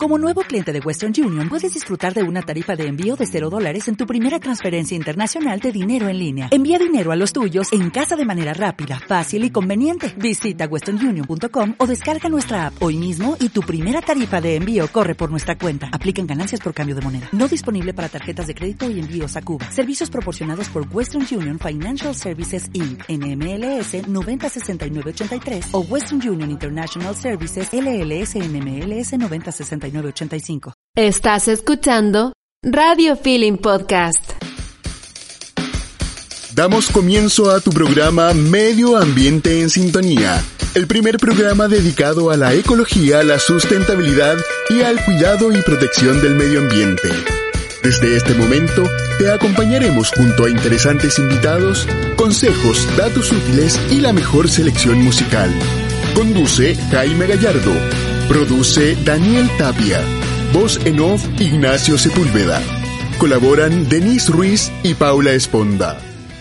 Como nuevo cliente de Western Union, puedes disfrutar de una tarifa de envío de $0 en tu primera transferencia internacional de dinero en línea. Envía dinero a los tuyos en casa de manera rápida, fácil y conveniente. Visita westernunion.com o descarga nuestra app hoy mismo y tu primera tarifa de envío corre por nuestra cuenta. Aplican ganancias por cambio de moneda. No disponible para tarjetas de crédito y envíos a Cuba. Servicios proporcionados por Western Union Financial Services Inc. NMLS 906983 o Western Union International Services LLS NMLS 906985. Estás escuchando Radio Feeling Podcast. Damos comienzo a tu programa Medio Ambiente en Sintonía, el primer programa dedicado a la ecología, la sustentabilidad y al cuidado y protección del medio ambiente. Desde este momento te acompañaremos junto a interesantes invitados, consejos, datos útiles y la mejor selección musical. Conduce Jaime Gallardo. Produce Daniel Tapia. Voz en off Ignacio Sepúlveda. Colaboran Denise Ruiz y Paula Esponda.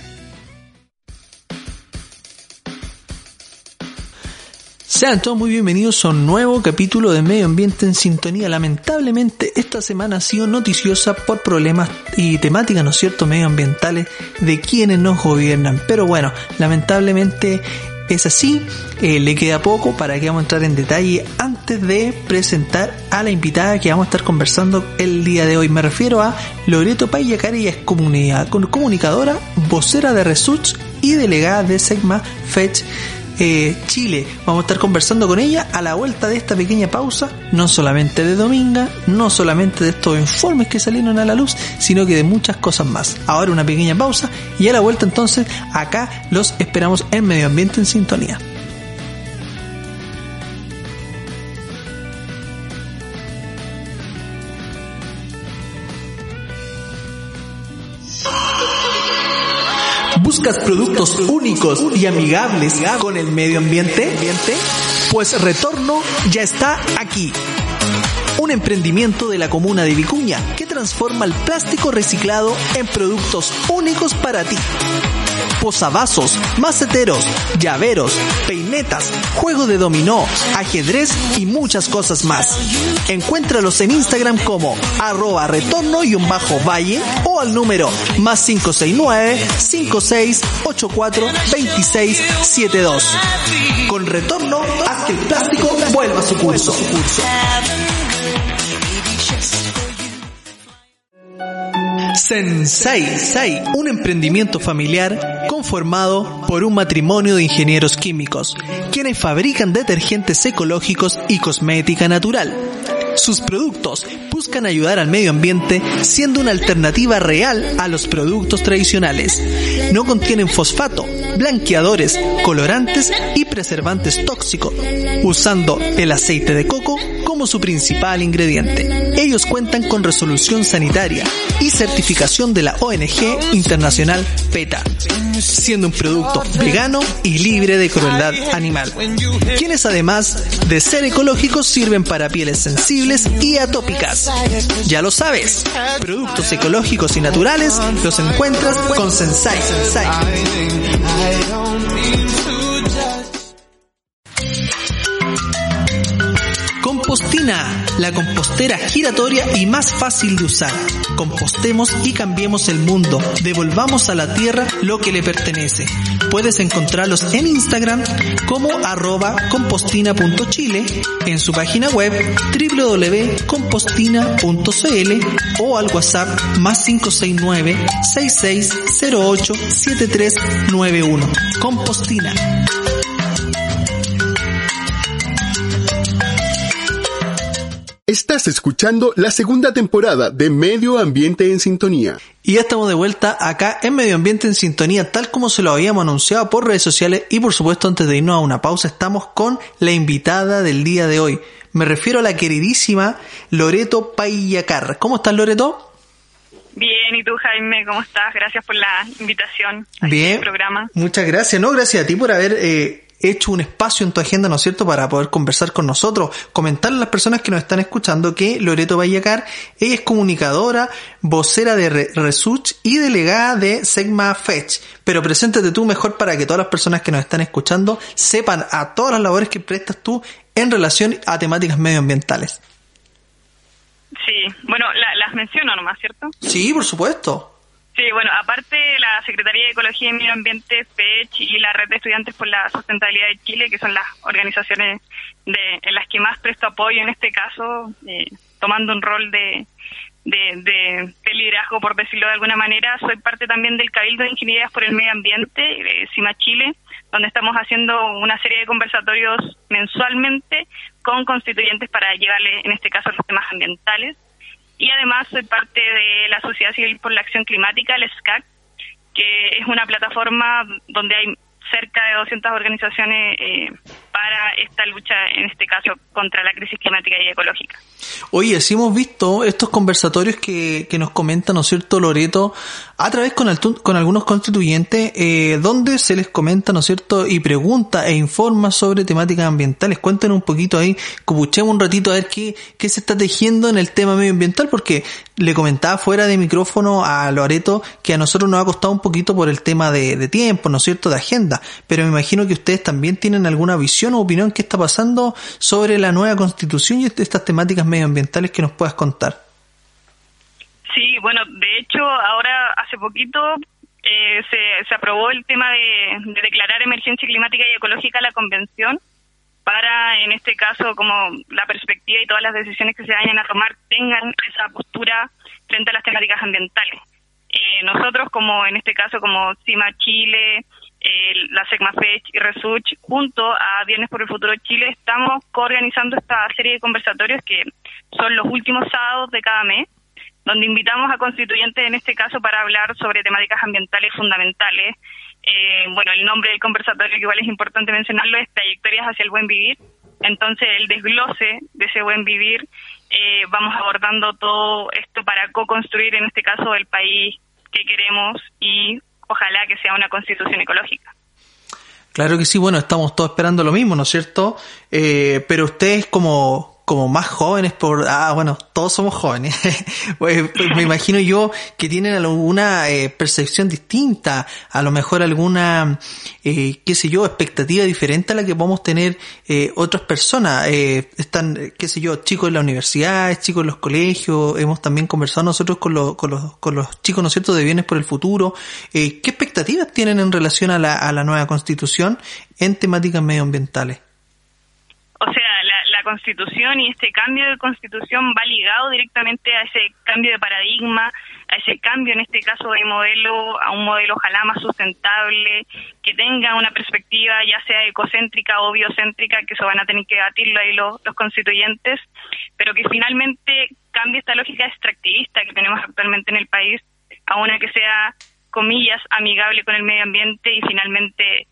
Sean todos muy bienvenidos a un nuevo capítulo de Medio Ambiente en Sintonía. Lamentablemente esta semana ha sido noticiosa por problemas y temáticas, ¿no es cierto?, medioambientales de quienes nos gobiernan. Pero bueno, lamentablemente es así, le queda poco para que vamos a entrar en detalle antes de presentar a la invitada que vamos a estar conversando el día de hoy. Me refiero a Loreto Payacar. Ella es comunicadora, vocera de Resuch y delegada de Sigma Fetch Chile. Vamos a estar conversando con ella a la vuelta de esta pequeña pausa, no solamente de Dominga, no solamente de estos informes que salieron a la luz, sino que de muchas cosas más. Ahora una pequeña pausa y a la vuelta entonces acá los esperamos en Medio Ambiente en Sintonía. ¿Buscas productos únicos y amigables con el medio ambiente? Pues Retorno ya está aquí. Un emprendimiento de la comuna de Vicuña que transforma el plástico reciclado en productos únicos para ti. Posavasos, maceteros, llaveros, peinetas, juego de dominó, ajedrez y muchas cosas más. Encuéntralos en Instagram como @retorno_valle o al número +569 5684 2672. Con Retorno, haz que el plástico vuelva a su curso. Sensei, un emprendimiento familiar conformado por un matrimonio de ingenieros químicos, quienes fabrican detergentes ecológicos y cosmética natural. Sus productos buscan ayudar al medio ambiente siendo una alternativa real a los productos tradicionales. No contienen fosfato, blanqueadores, colorantes y preservantes tóxicos, usando el aceite de coco como su principal ingrediente. Ellos cuentan con resolución sanitaria y certificación de la ONG Internacional PETA, siendo un producto vegano y libre de crueldad animal, quienes además de ser ecológicos sirven para pieles sensibles y atópicas. Ya lo sabes, productos ecológicos y naturales los encuentras con Sensei. Compostina, la compostera giratoria y más fácil de usar. Compostemos y cambiemos el mundo. Devolvamos a la tierra lo que le pertenece. Puedes encontrarlos en Instagram como @compostina.chile, en su página web www.compostina.cl o al WhatsApp +569 6608 7391. Compostina. Estás escuchando la segunda temporada de Medio Ambiente en Sintonía. Y ya estamos de vuelta acá en Medio Ambiente en Sintonía, tal como se lo habíamos anunciado por redes sociales. Y por supuesto, antes de irnos a una pausa, estamos con la invitada del día de hoy. Me refiero a la queridísima Loreto Payacar. ¿Cómo estás, Loreto? Bien, ¿y tú, Jaime? ¿Cómo estás? Gracias por la invitación a este programa. Muchas gracias. No, gracias a ti por haber hecho un espacio en tu agenda, ¿no es cierto?, para poder conversar con nosotros, comentarle a las personas que nos están escuchando que Loreto Payacar, ella es comunicadora, vocera de Resuch y delegada de Sigma Fetch. Pero preséntate tú mejor para que todas las personas que nos están escuchando sepan a todas las labores que prestas tú en relación a temáticas medioambientales. Sí, bueno, las menciono nomás, ¿cierto? Sí, por supuesto. Sí, bueno, aparte la Secretaría de Ecología y Medio Ambiente, FECH, y la Red de Estudiantes por la Sustentabilidad de Chile, que son las organizaciones en las que más presto apoyo en este caso, tomando un rol de liderazgo, por decirlo de alguna manera. Soy parte también del Cabildo de Ingenierías por el Medio Ambiente, CIMA Chile, donde estamos haciendo una serie de conversatorios mensualmente con constituyentes para llevarle, en este caso, los temas ambientales. Y además soy parte de la Sociedad Civil por la Acción Climática, el SCAC, que es una plataforma donde hay cerca de 200 organizaciones para esta lucha, en este caso, contra la crisis climática y ecológica. Oye, sí hemos visto estos conversatorios que nos comenta, ¿no es cierto, Loreto, a través con algunos constituyentes, donde se les comenta, ¿no es cierto, y pregunta e informa sobre temáticas ambientales. Cuéntenos un poquito ahí, copuchemos un ratito a ver qué se está tejiendo en el tema medioambiental, porque le comentaba fuera de micrófono a Loreto que a nosotros nos ha costado un poquito por el tema de tiempo, ¿no es cierto?, de agenda, pero me imagino que ustedes también tienen alguna visión o opinión que está pasando sobre la nueva Constitución y estas temáticas medioambientales que nos puedas contar. Sí, bueno, de hecho, ahora hace poquito se aprobó el tema de declarar emergencia climática y ecológica la Convención para, en este caso, como la perspectiva y todas las decisiones que se vayan a tomar tengan esa postura frente a las temáticas ambientales. Nosotros, como en este caso, como CIMA Chile, la SECMAFECH y RESUCH, junto a Viernes por el Futuro de Chile, estamos coorganizando esta serie de conversatorios que son los últimos sábados de cada mes, donde invitamos a constituyentes, en este caso, para hablar sobre temáticas ambientales fundamentales. Bueno, el nombre del conversatorio, que igual es importante mencionarlo, es Trayectorias hacia el Buen Vivir. Entonces, el desglose de ese buen vivir, vamos abordando todo esto para co-construir, en este caso, el país que queremos y ojalá que sea una constitución ecológica. Claro que sí, bueno, estamos todos esperando lo mismo, ¿no es cierto? Pero ustedes como más jóvenes, bueno, todos somos jóvenes, pues, me imagino yo que tienen alguna percepción distinta, a lo mejor alguna, qué sé yo, expectativa diferente a la que podemos tener otras personas. Están, qué sé yo, chicos en la universidad, chicos en los colegios, hemos también conversado nosotros con los chicos, ¿no es cierto?, de Viernes por el Futuro. ¿Qué expectativas tienen en relación a la nueva Constitución en temáticas medioambientales? O sea, la Constitución y este cambio de Constitución va ligado directamente a ese cambio de paradigma, a ese cambio, en este caso, de modelo, a un modelo ojalá más sustentable, que tenga una perspectiva ya sea ecocéntrica o biocéntrica, que eso van a tener que debatirlo ahí los constituyentes, pero que finalmente cambie esta lógica extractivista que tenemos actualmente en el país a una que sea, comillas, amigable con el medio ambiente y finalmente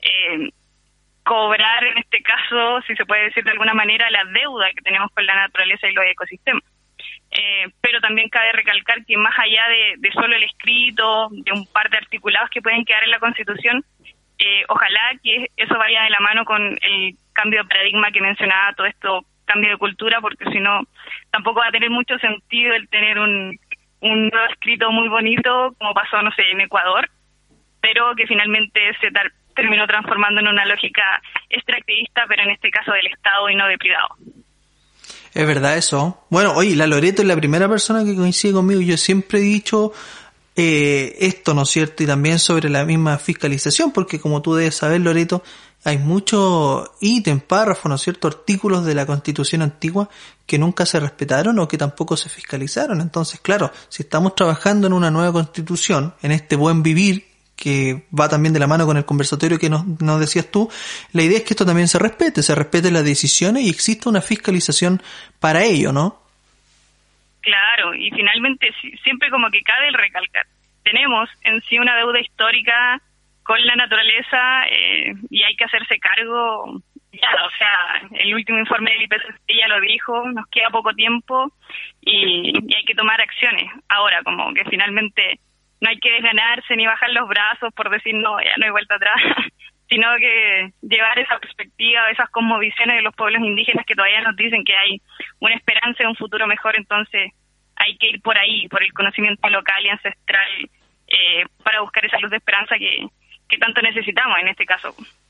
cobrar, en este caso, si se puede decir de alguna manera, la deuda que tenemos con la naturaleza y los ecosistemas. Pero también cabe recalcar que más allá de solo el escrito, de un par de articulados que pueden quedar en la Constitución, ojalá que eso vaya de la mano con el cambio de paradigma que mencionaba, todo esto, cambio de cultura, porque si no, tampoco va a tener mucho sentido el tener un nuevo escrito muy bonito, como pasó, no sé, en Ecuador, pero que finalmente terminó transformando en una lógica extractivista, pero en este caso del Estado y no de privado. Es verdad eso. Bueno, oye, la Loreto es la primera persona que coincide conmigo. Yo siempre he dicho esto, ¿no es cierto? Y también sobre la misma fiscalización, porque como tú debes saber, Loreto, hay muchos ítems, párrafos, ¿no es cierto?, artículos de la Constitución antigua que nunca se respetaron o que tampoco se fiscalizaron. Entonces, claro, si estamos trabajando en una nueva Constitución, en este buen vivir, que va también de la mano con el conversatorio que nos decías tú, la idea es que esto también se respete las decisiones y exista una fiscalización para ello, ¿no? Claro, y finalmente siempre como que cabe el recalcar, tenemos en sí una deuda histórica con la naturaleza y hay que hacerse cargo ya, o sea, el último informe del IPCC ya lo dijo, nos queda poco tiempo y hay que tomar acciones. Ahora, como que finalmente no hay que desganarse ni bajar los brazos por decir no, ya no hay vuelta atrás, sino que llevar esa perspectiva, esas cosmovisiones de los pueblos indígenas que todavía nos dicen que hay una esperanza de un futuro mejor. Entonces hay que ir por ahí, por el conocimiento local y ancestral, para buscar esa luz de esperanza que tanto necesitamos en este caso.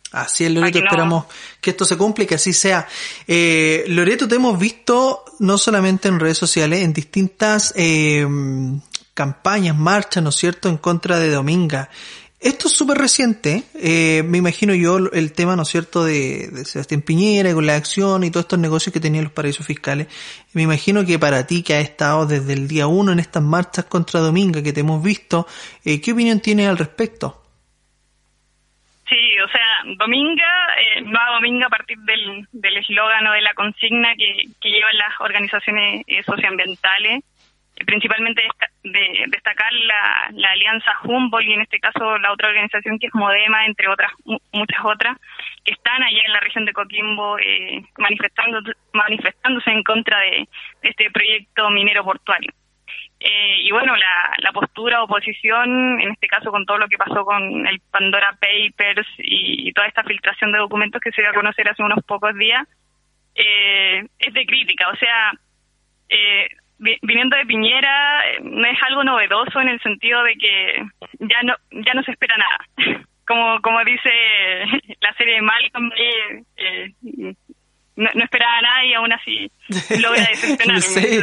Así es, Loreto, esperamos que esto se cumpla y que así sea. Loreto, te hemos visto no solamente en redes sociales, en distintas campañas, marchas, ¿no es cierto?, en contra de Dominga. Esto es súper reciente, me imagino yo el tema, ¿no es cierto?, de Sebastián Piñera y con la acción y todos estos negocios que tenían los paraísos fiscales. Me imagino que para ti, que has estado desde el día 1 en estas marchas contra Dominga que te hemos visto, ¿qué opinión tienes al respecto? Sí, o sea, Dominga, Nueva Dominga a partir del eslogan o de la consigna que llevan las organizaciones socioambientales, principalmente destacar la alianza Humboldt y en este caso la otra organización que es Modema, entre otras, muchas otras, que están allá en la región de Coquimbo manifestándose en contra de este proyecto minero portuario. Y bueno, la postura oposición, en este caso con todo lo que pasó con el Pandora Papers y toda esta filtración de documentos que se dio a conocer hace unos pocos días, es de crítica. O sea, viniendo de Piñera, no es algo novedoso en el sentido de que ya no se espera nada. Como dice la serie de Malcolm, no esperaba nada y aún así logra decepcionarme. No sé.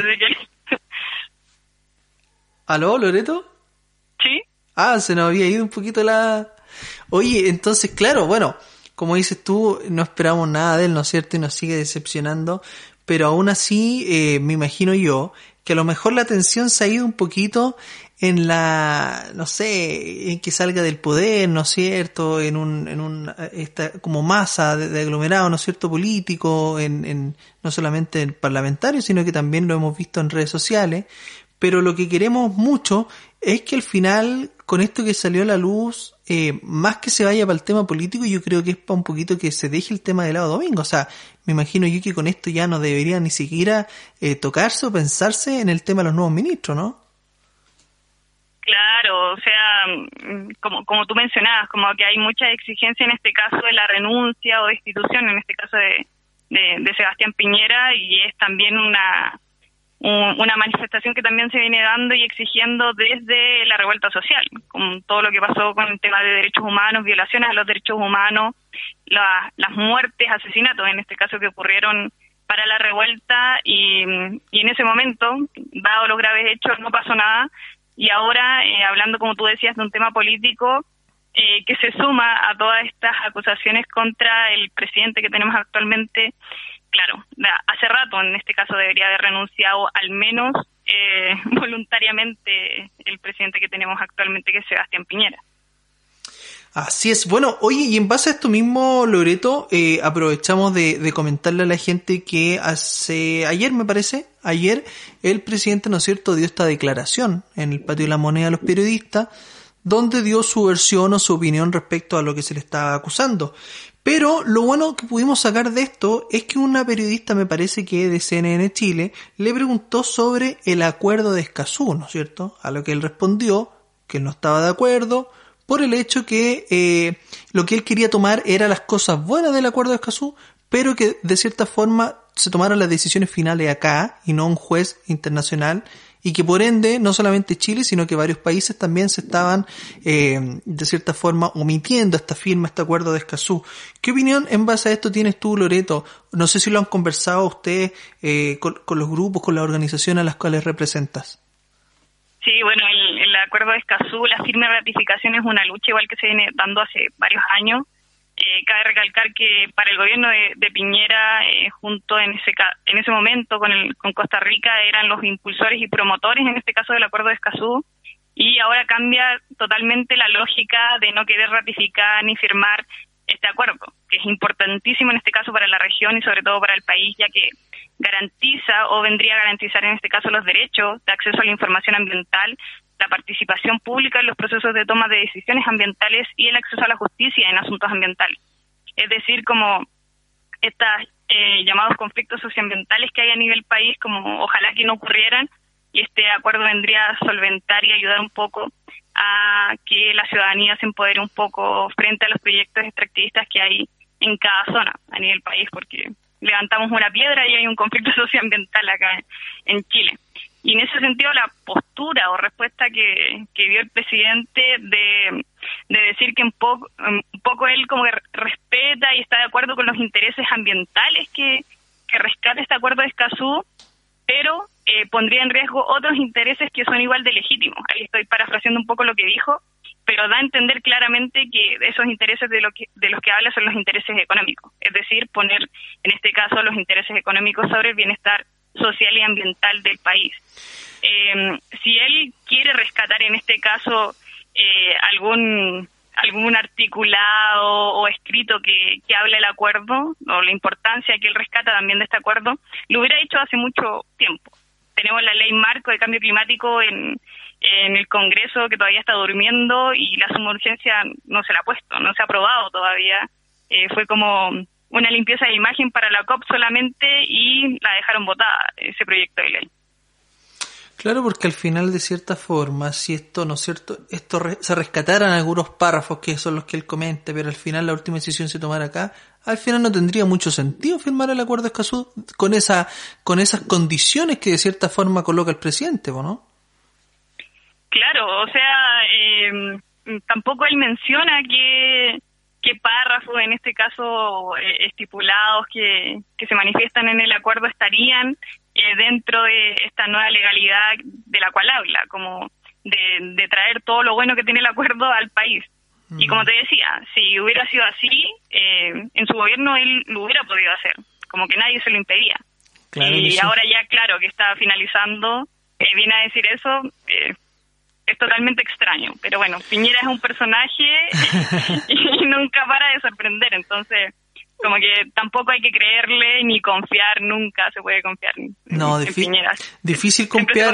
¿Aló, Loreto? ¿Sí? Se nos había ido un poquito la... Oye, entonces, claro, bueno, como dices tú, no esperamos nada de él, ¿no es cierto? Y nos sigue decepcionando, pero aún así, me imagino yo, que a lo mejor la atención se ha ido un poquito en no sé, en que salga del poder, ¿no es cierto? En esta como masa de aglomerado, ¿no es cierto? Político, no solamente en parlamentario, sino que también lo hemos visto en redes sociales. Pero lo que queremos mucho es que al final, con esto que salió a la luz, más que se vaya para el tema político, yo creo que es para un poquito que se deje el tema de lado Domingo. O sea, me imagino yo que con esto ya no debería ni siquiera tocarse o pensarse en el tema de los nuevos ministros, ¿no? Claro, o sea, como tú mencionabas, como que hay mucha exigencia en este caso de la renuncia o destitución, en este caso de Sebastián Piñera, y es también una manifestación que también se viene dando y exigiendo desde la revuelta social, con todo lo que pasó con el tema de derechos humanos, violaciones a los derechos humanos, las muertes, asesinatos en este caso que ocurrieron para la revuelta y en ese momento, dado los graves hechos, no pasó nada y ahora, hablando como tú decías de un tema político, que se suma a todas estas acusaciones contra el presidente que tenemos actualmente. Claro, hace rato en este caso debería haber renunciado al menos voluntariamente el presidente que tenemos actualmente, que es Sebastián Piñera. Así es. Bueno, oye, y en base a esto mismo, Loreto, aprovechamos de comentarle a la gente que ayer el presidente, ¿no es cierto?, dio esta declaración en el Patio de la Moneda a los periodistas, donde dio su versión o su opinión respecto a lo que se le estaba acusando. Pero lo bueno que pudimos sacar de esto es que una periodista, me parece que de CNN Chile, le preguntó sobre el acuerdo de Escazú, ¿no es cierto? A lo que él respondió que él no estaba de acuerdo por el hecho que lo que él quería tomar era las cosas buenas del acuerdo de Escazú, pero que de cierta forma se tomaran las decisiones finales acá y no un juez internacional, y que por ende no solamente Chile sino que varios países también se estaban de cierta forma omitiendo esta firma, este acuerdo de Escazú. ¿Qué opinión en base a esto tienes tú, Loreto? No sé si lo han conversado ustedes con los grupos, con las organizaciones a las cuales representas. Sí, bueno, el acuerdo de Escazú, la firma de ratificación es una lucha igual que se viene dando hace varios años. Cabe recalcar que para el gobierno de Piñera, junto en ese momento con Costa Rica, eran los impulsores y promotores, en este caso, del acuerdo de Escazú, y ahora cambia totalmente la lógica de no querer ratificar ni firmar este acuerdo, que es importantísimo en este caso para la región y sobre todo para el país, ya que garantiza o vendría a garantizar en este caso los derechos de acceso a la información ambiental, la participación pública en los procesos de toma de decisiones ambientales y el acceso a la justicia en asuntos ambientales. Es decir, como estos llamados conflictos socioambientales que hay a nivel país, como ojalá que no ocurrieran, y este acuerdo vendría a solventar y ayudar un poco a que la ciudadanía se empodere un poco frente a los proyectos extractivistas que hay en cada zona a nivel país, porque levantamos una piedra y hay un conflicto socioambiental acá en Chile. Y en ese sentido la postura o respuesta que dio el presidente de decir que un poco él como que respeta y está de acuerdo con los intereses ambientales que rescata este acuerdo de Escazú, pero pondría en riesgo otros intereses que son igual de legítimos. Ahí estoy parafraseando un poco lo que dijo, pero da a entender claramente que esos intereses de los que habla son los intereses económicos, es decir, poner en este caso los intereses económicos sobre el bienestar social y ambiental del país. Si él quiere rescatar en este caso algún articulado o escrito que hable del acuerdo o la importancia que él rescata también de este acuerdo, lo hubiera hecho hace mucho tiempo. Tenemos la ley marco de cambio climático en el Congreso que todavía está durmiendo y la suma urgencia no se la ha puesto, no se ha aprobado todavía. Fue como una limpieza de imagen para la COP solamente y la dejaron botada, ese proyecto de ley. Claro, porque al final, de cierta forma, si esto, ¿no es cierto?, se rescataran algunos párrafos que son los que él comenta, pero al final la última decisión se tomara acá, al final no tendría mucho sentido firmar el acuerdo de Escazú con esas condiciones que de cierta forma coloca el presidente, ¿no? Claro, o sea, tampoco él menciona qué párrafos, en este caso estipulados que se manifiestan en el acuerdo, estarían dentro de esta nueva legalidad de la cual habla, como de traer todo lo bueno que tiene el acuerdo al país. Y como te decía, si hubiera sido así, en su gobierno él lo hubiera podido hacer, como que nadie se lo impedía. Claro, y sí. Ahora ya, claro, que está finalizando, viene a decir eso, es totalmente extraño. Pero bueno, Piñera es un personaje y nunca para de sorprender, entonces como que tampoco hay que creerle ni confiar, nunca se puede confiar en Piñera. Difícil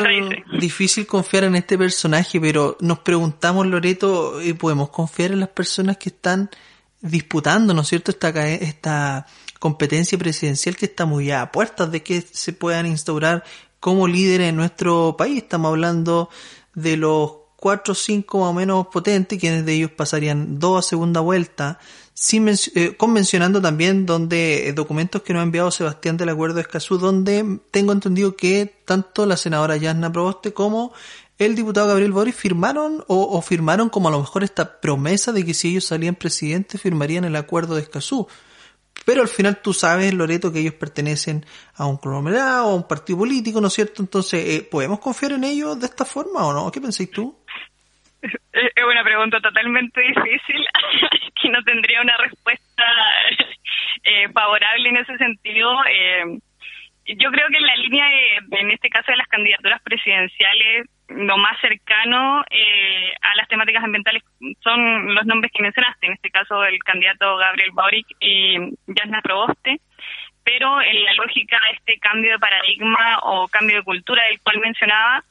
confiar en este personaje, pero nos preguntamos, Loreto, ¿podemos confiar en las personas que están disputando, ¿no es cierto?, esta competencia presidencial que está muy a puertas de que se puedan instaurar como líderes en nuestro país? Estamos hablando de los 4 o 5 más o menos potentes, quienes de ellos pasarían 2 a segunda vuelta, convencionando también documentos que nos ha enviado Sebastián del Acuerdo de Escazú, donde tengo entendido que tanto la senadora Yasna Proboste como el diputado Gabriel Boric firmaron como a lo mejor esta promesa de que si ellos salían presidentes firmarían el Acuerdo de Escazú. Pero al final tú sabes, Loreto, que ellos pertenecen a un conglomerado, a un partido político, ¿no es cierto? Entonces, ¿podemos confiar en ellos de esta forma o no? ¿Qué pensáis tú? Es una pregunta totalmente difícil, que no tendría una respuesta favorable en ese sentido. Yo creo que en la línea en este caso de las candidaturas presidenciales, lo más cercano a las temáticas ambientales son los nombres que mencionaste, en este caso el candidato Gabriel Boric y Yasna Proboste, pero en la lógica de este cambio de paradigma o cambio de cultura del cual mencionaba,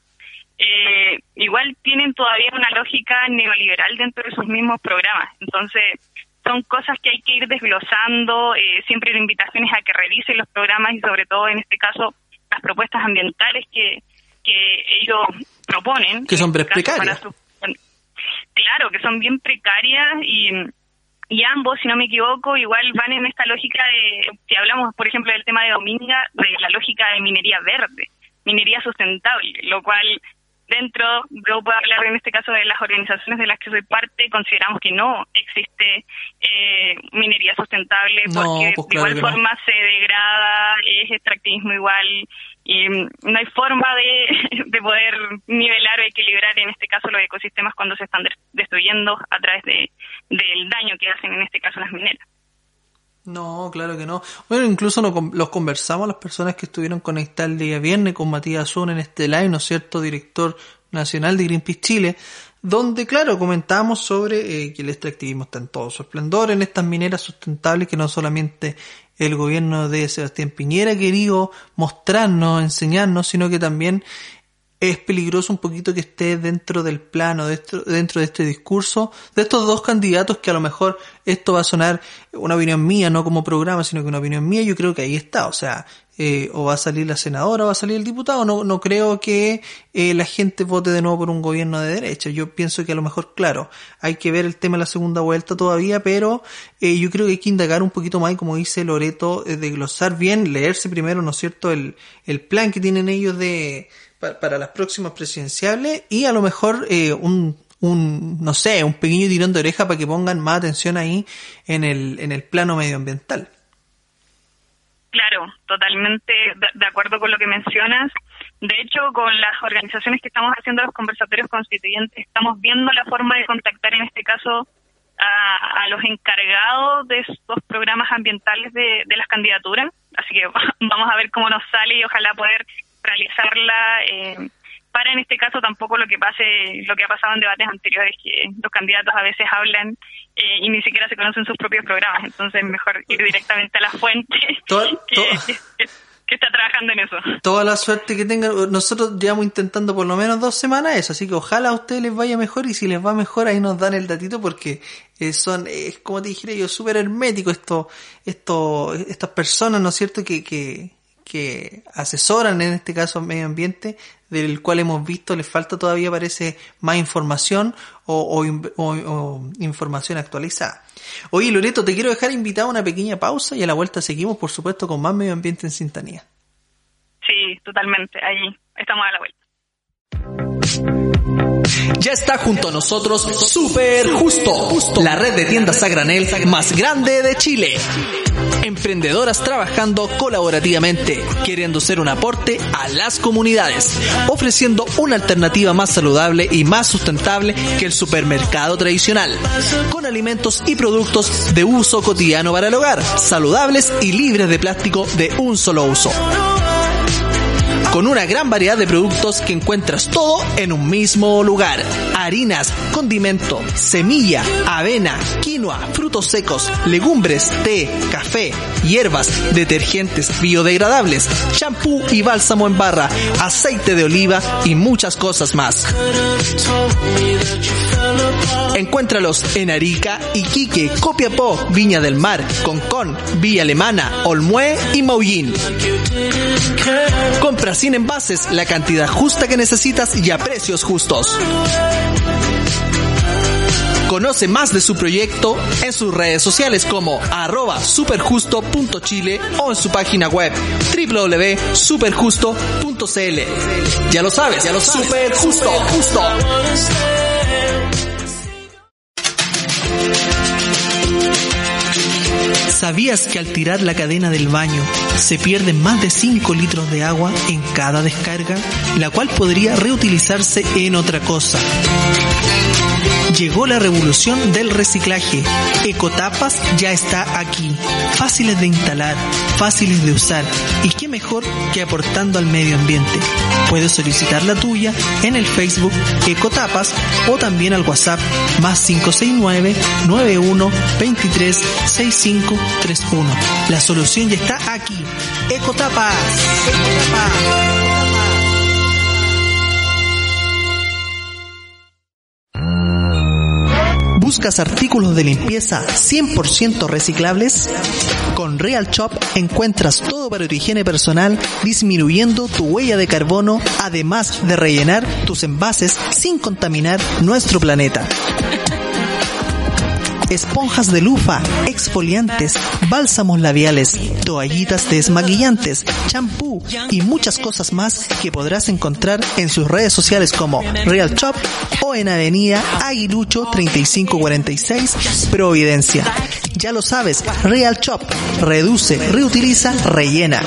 igual tienen todavía una lógica neoliberal dentro de sus mismos programas. Entonces son cosas que hay que ir desglosando, siempre la invitación es a que revisen los programas y sobre todo en este caso las propuestas ambientales que ellos proponen. Que son precarias. Claro, que son bien precarias y ambos, si no me equivoco, igual van en esta lógica de, si hablamos por ejemplo del tema de Dominga, de la lógica de minería verde, minería sustentable, lo cual yo puedo hablar en este caso de las organizaciones de las que soy parte, consideramos que no existe minería sustentable porque de igual forma se degrada, es extractivismo igual y no hay forma de poder nivelar o equilibrar en este caso los ecosistemas cuando se están destruyendo a través del daño que hacen en este caso las mineras. No, claro que no. Bueno, incluso los conversamos las personas que estuvieron conectadas el día viernes con Matías Zun en este live, ¿no es cierto?, director nacional de Greenpeace Chile, donde, claro, comentábamos sobre que el extractivismo está en todo su esplendor en estas mineras sustentables que no solamente el gobierno de Sebastián Piñera ha querido mostrarnos, enseñarnos, sino que también es peligroso un poquito que esté dentro del plano, dentro de este discurso, de estos dos candidatos que a lo mejor esto va a sonar una opinión mía, no como programa, sino que una opinión mía. Yo creo que ahí está, o sea, o va a salir la senadora o va a salir el diputado. No creo que la gente vote de nuevo por un gobierno de derecha. Yo pienso que a lo mejor, claro, hay que ver el tema de la segunda vuelta todavía, pero yo creo que hay que indagar un poquito más, y como dice Loreto, desglosar bien, leerse primero, ¿no es cierto?, el plan que tienen ellos para las próximas presidenciales, y a lo mejor no sé, un pequeño tirón de oreja para que pongan más atención ahí en el plano medioambiental. Claro, totalmente de acuerdo con lo que mencionas. De hecho, con las organizaciones que estamos haciendo los conversatorios constituyentes, estamos viendo la forma de contactar, en este caso, a los encargados de estos programas ambientales de las candidaturas. Así que vamos a ver cómo nos sale y ojalá poder realizarla para, en este caso, tampoco lo que ha pasado en debates anteriores, que los candidatos a veces hablan y ni siquiera se conocen sus propios programas. Entonces, mejor ir directamente a la fuente que está trabajando en eso. Toda la suerte que tengan. Nosotros llevamos intentando por lo menos 2 semanas eso, así que ojalá a ustedes les vaya mejor, y si les va mejor ahí nos dan el datito, porque es como te dijera yo, súper hermético estas personas, ¿no es cierto?, que asesoran en este caso al medio ambiente, del cual hemos visto les falta todavía, parece, más información o información actualizada. Oye, Loreto, te quiero dejar invitado a una pequeña pausa y a la vuelta seguimos, por supuesto, con más Medio Ambiente en Sintonía. Sí, totalmente, ahí estamos a la vuelta. Ya está junto a nosotros Super Justo, la red de tiendas a granel más grande de Chile. Emprendedoras trabajando colaborativamente, queriendo ser un aporte a las comunidades, ofreciendo una alternativa más saludable y más sustentable que el supermercado tradicional, con alimentos y productos de uso cotidiano para el hogar, saludables y libres de plástico de un solo uso. Con una gran variedad de productos que encuentras todo en un mismo lugar. Harinas, condimento, semilla, avena, quinoa, frutos secos, legumbres, té, café, hierbas, detergentes biodegradables, champú y bálsamo en barra, aceite de oliva y muchas cosas más. Encuéntralos en Arica, Iquique, Copiapó, Viña del Mar, Concón, Villa Alemana, Olmué y Maullín. Compra sin envases, la cantidad justa que necesitas y a precios justos. Conoce más de su proyecto en sus redes sociales como @superjusto.chile o en su página web www.superjusto.cl. Ya lo sabes, Superjusto. ¿Sabías que al tirar la cadena del baño se pierden más de 5 litros de agua en cada descarga, la cual podría reutilizarse en otra cosa? Llegó la revolución del reciclaje. Ecotapas ya está aquí. Fáciles de instalar, fáciles de usar, y qué mejor que aportando al medio ambiente. Puedes solicitar la tuya en el Facebook Ecotapas o también al WhatsApp +569 91 23 65 31. La solución ya está aquí. Ecotapas. ¿Buscas artículos de limpieza 100% reciclables? Con Real Shop encuentras todo para tu higiene personal, disminuyendo tu huella de carbono, además de rellenar tus envases sin contaminar nuestro planeta. Esponjas de lufa, exfoliantes, bálsamos labiales, toallitas desmaquillantes, champú y muchas cosas más que podrás encontrar en sus redes sociales como Real Shop o en Avenida Aguilucho 3546, Providencia. Ya lo sabes, Real Shop. Reduce, reutiliza, rellena.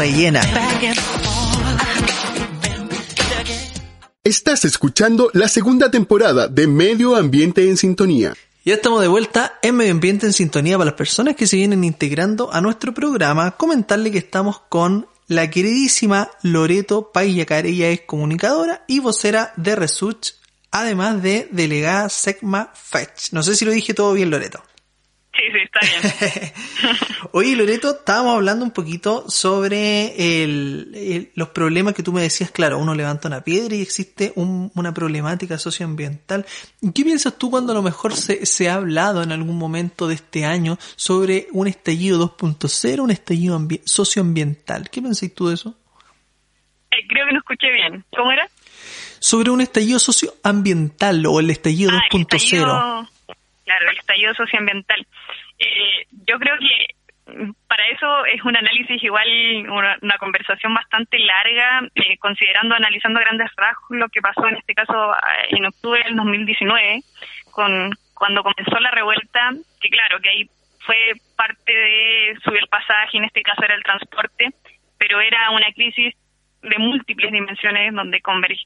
Estás escuchando la segunda temporada de Medio Ambiente en Sintonía. Ya estamos de vuelta en Medio Ambiente en Sintonía. Para las personas que se vienen integrando a nuestro programa, comentarle que estamos con la queridísima Loreto Paillacar. Ella es comunicadora y vocera de Resuch, además de delegada SECMA FECH. No sé si lo dije todo bien, Loreto. Sí, está bien. Oye, Loreto, estábamos hablando un poquito sobre los problemas que tú me decías. Claro, uno levanta una piedra y existe una problemática socioambiental. ¿Qué piensas tú cuando a lo mejor se ha hablado en algún momento de este año sobre un estallido 2.0, un estallido socioambiental? ¿Qué pensás tú de eso? Creo que no escuché bien. ¿Cómo era? Sobre un estallido socioambiental o el estallido 2.0. Claro, el estallido socioambiental. Yo creo que para eso es un análisis igual, una conversación bastante larga, analizando a grandes rasgos lo que pasó en este caso en octubre del 2019, cuando comenzó la revuelta, que claro, que ahí fue parte de subir el pasaje, en este caso era el transporte, pero era una crisis de múltiples dimensiones donde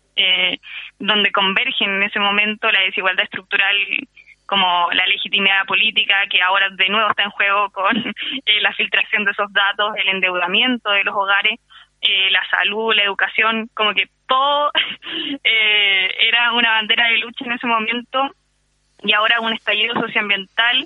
convergen en ese momento la desigualdad estructural, como la legitimidad política, que ahora de nuevo está en juego con la filtración de esos datos, el endeudamiento de los hogares, la salud, la educación, como que todo era una bandera de lucha en ese momento, y ahora un estallido socioambiental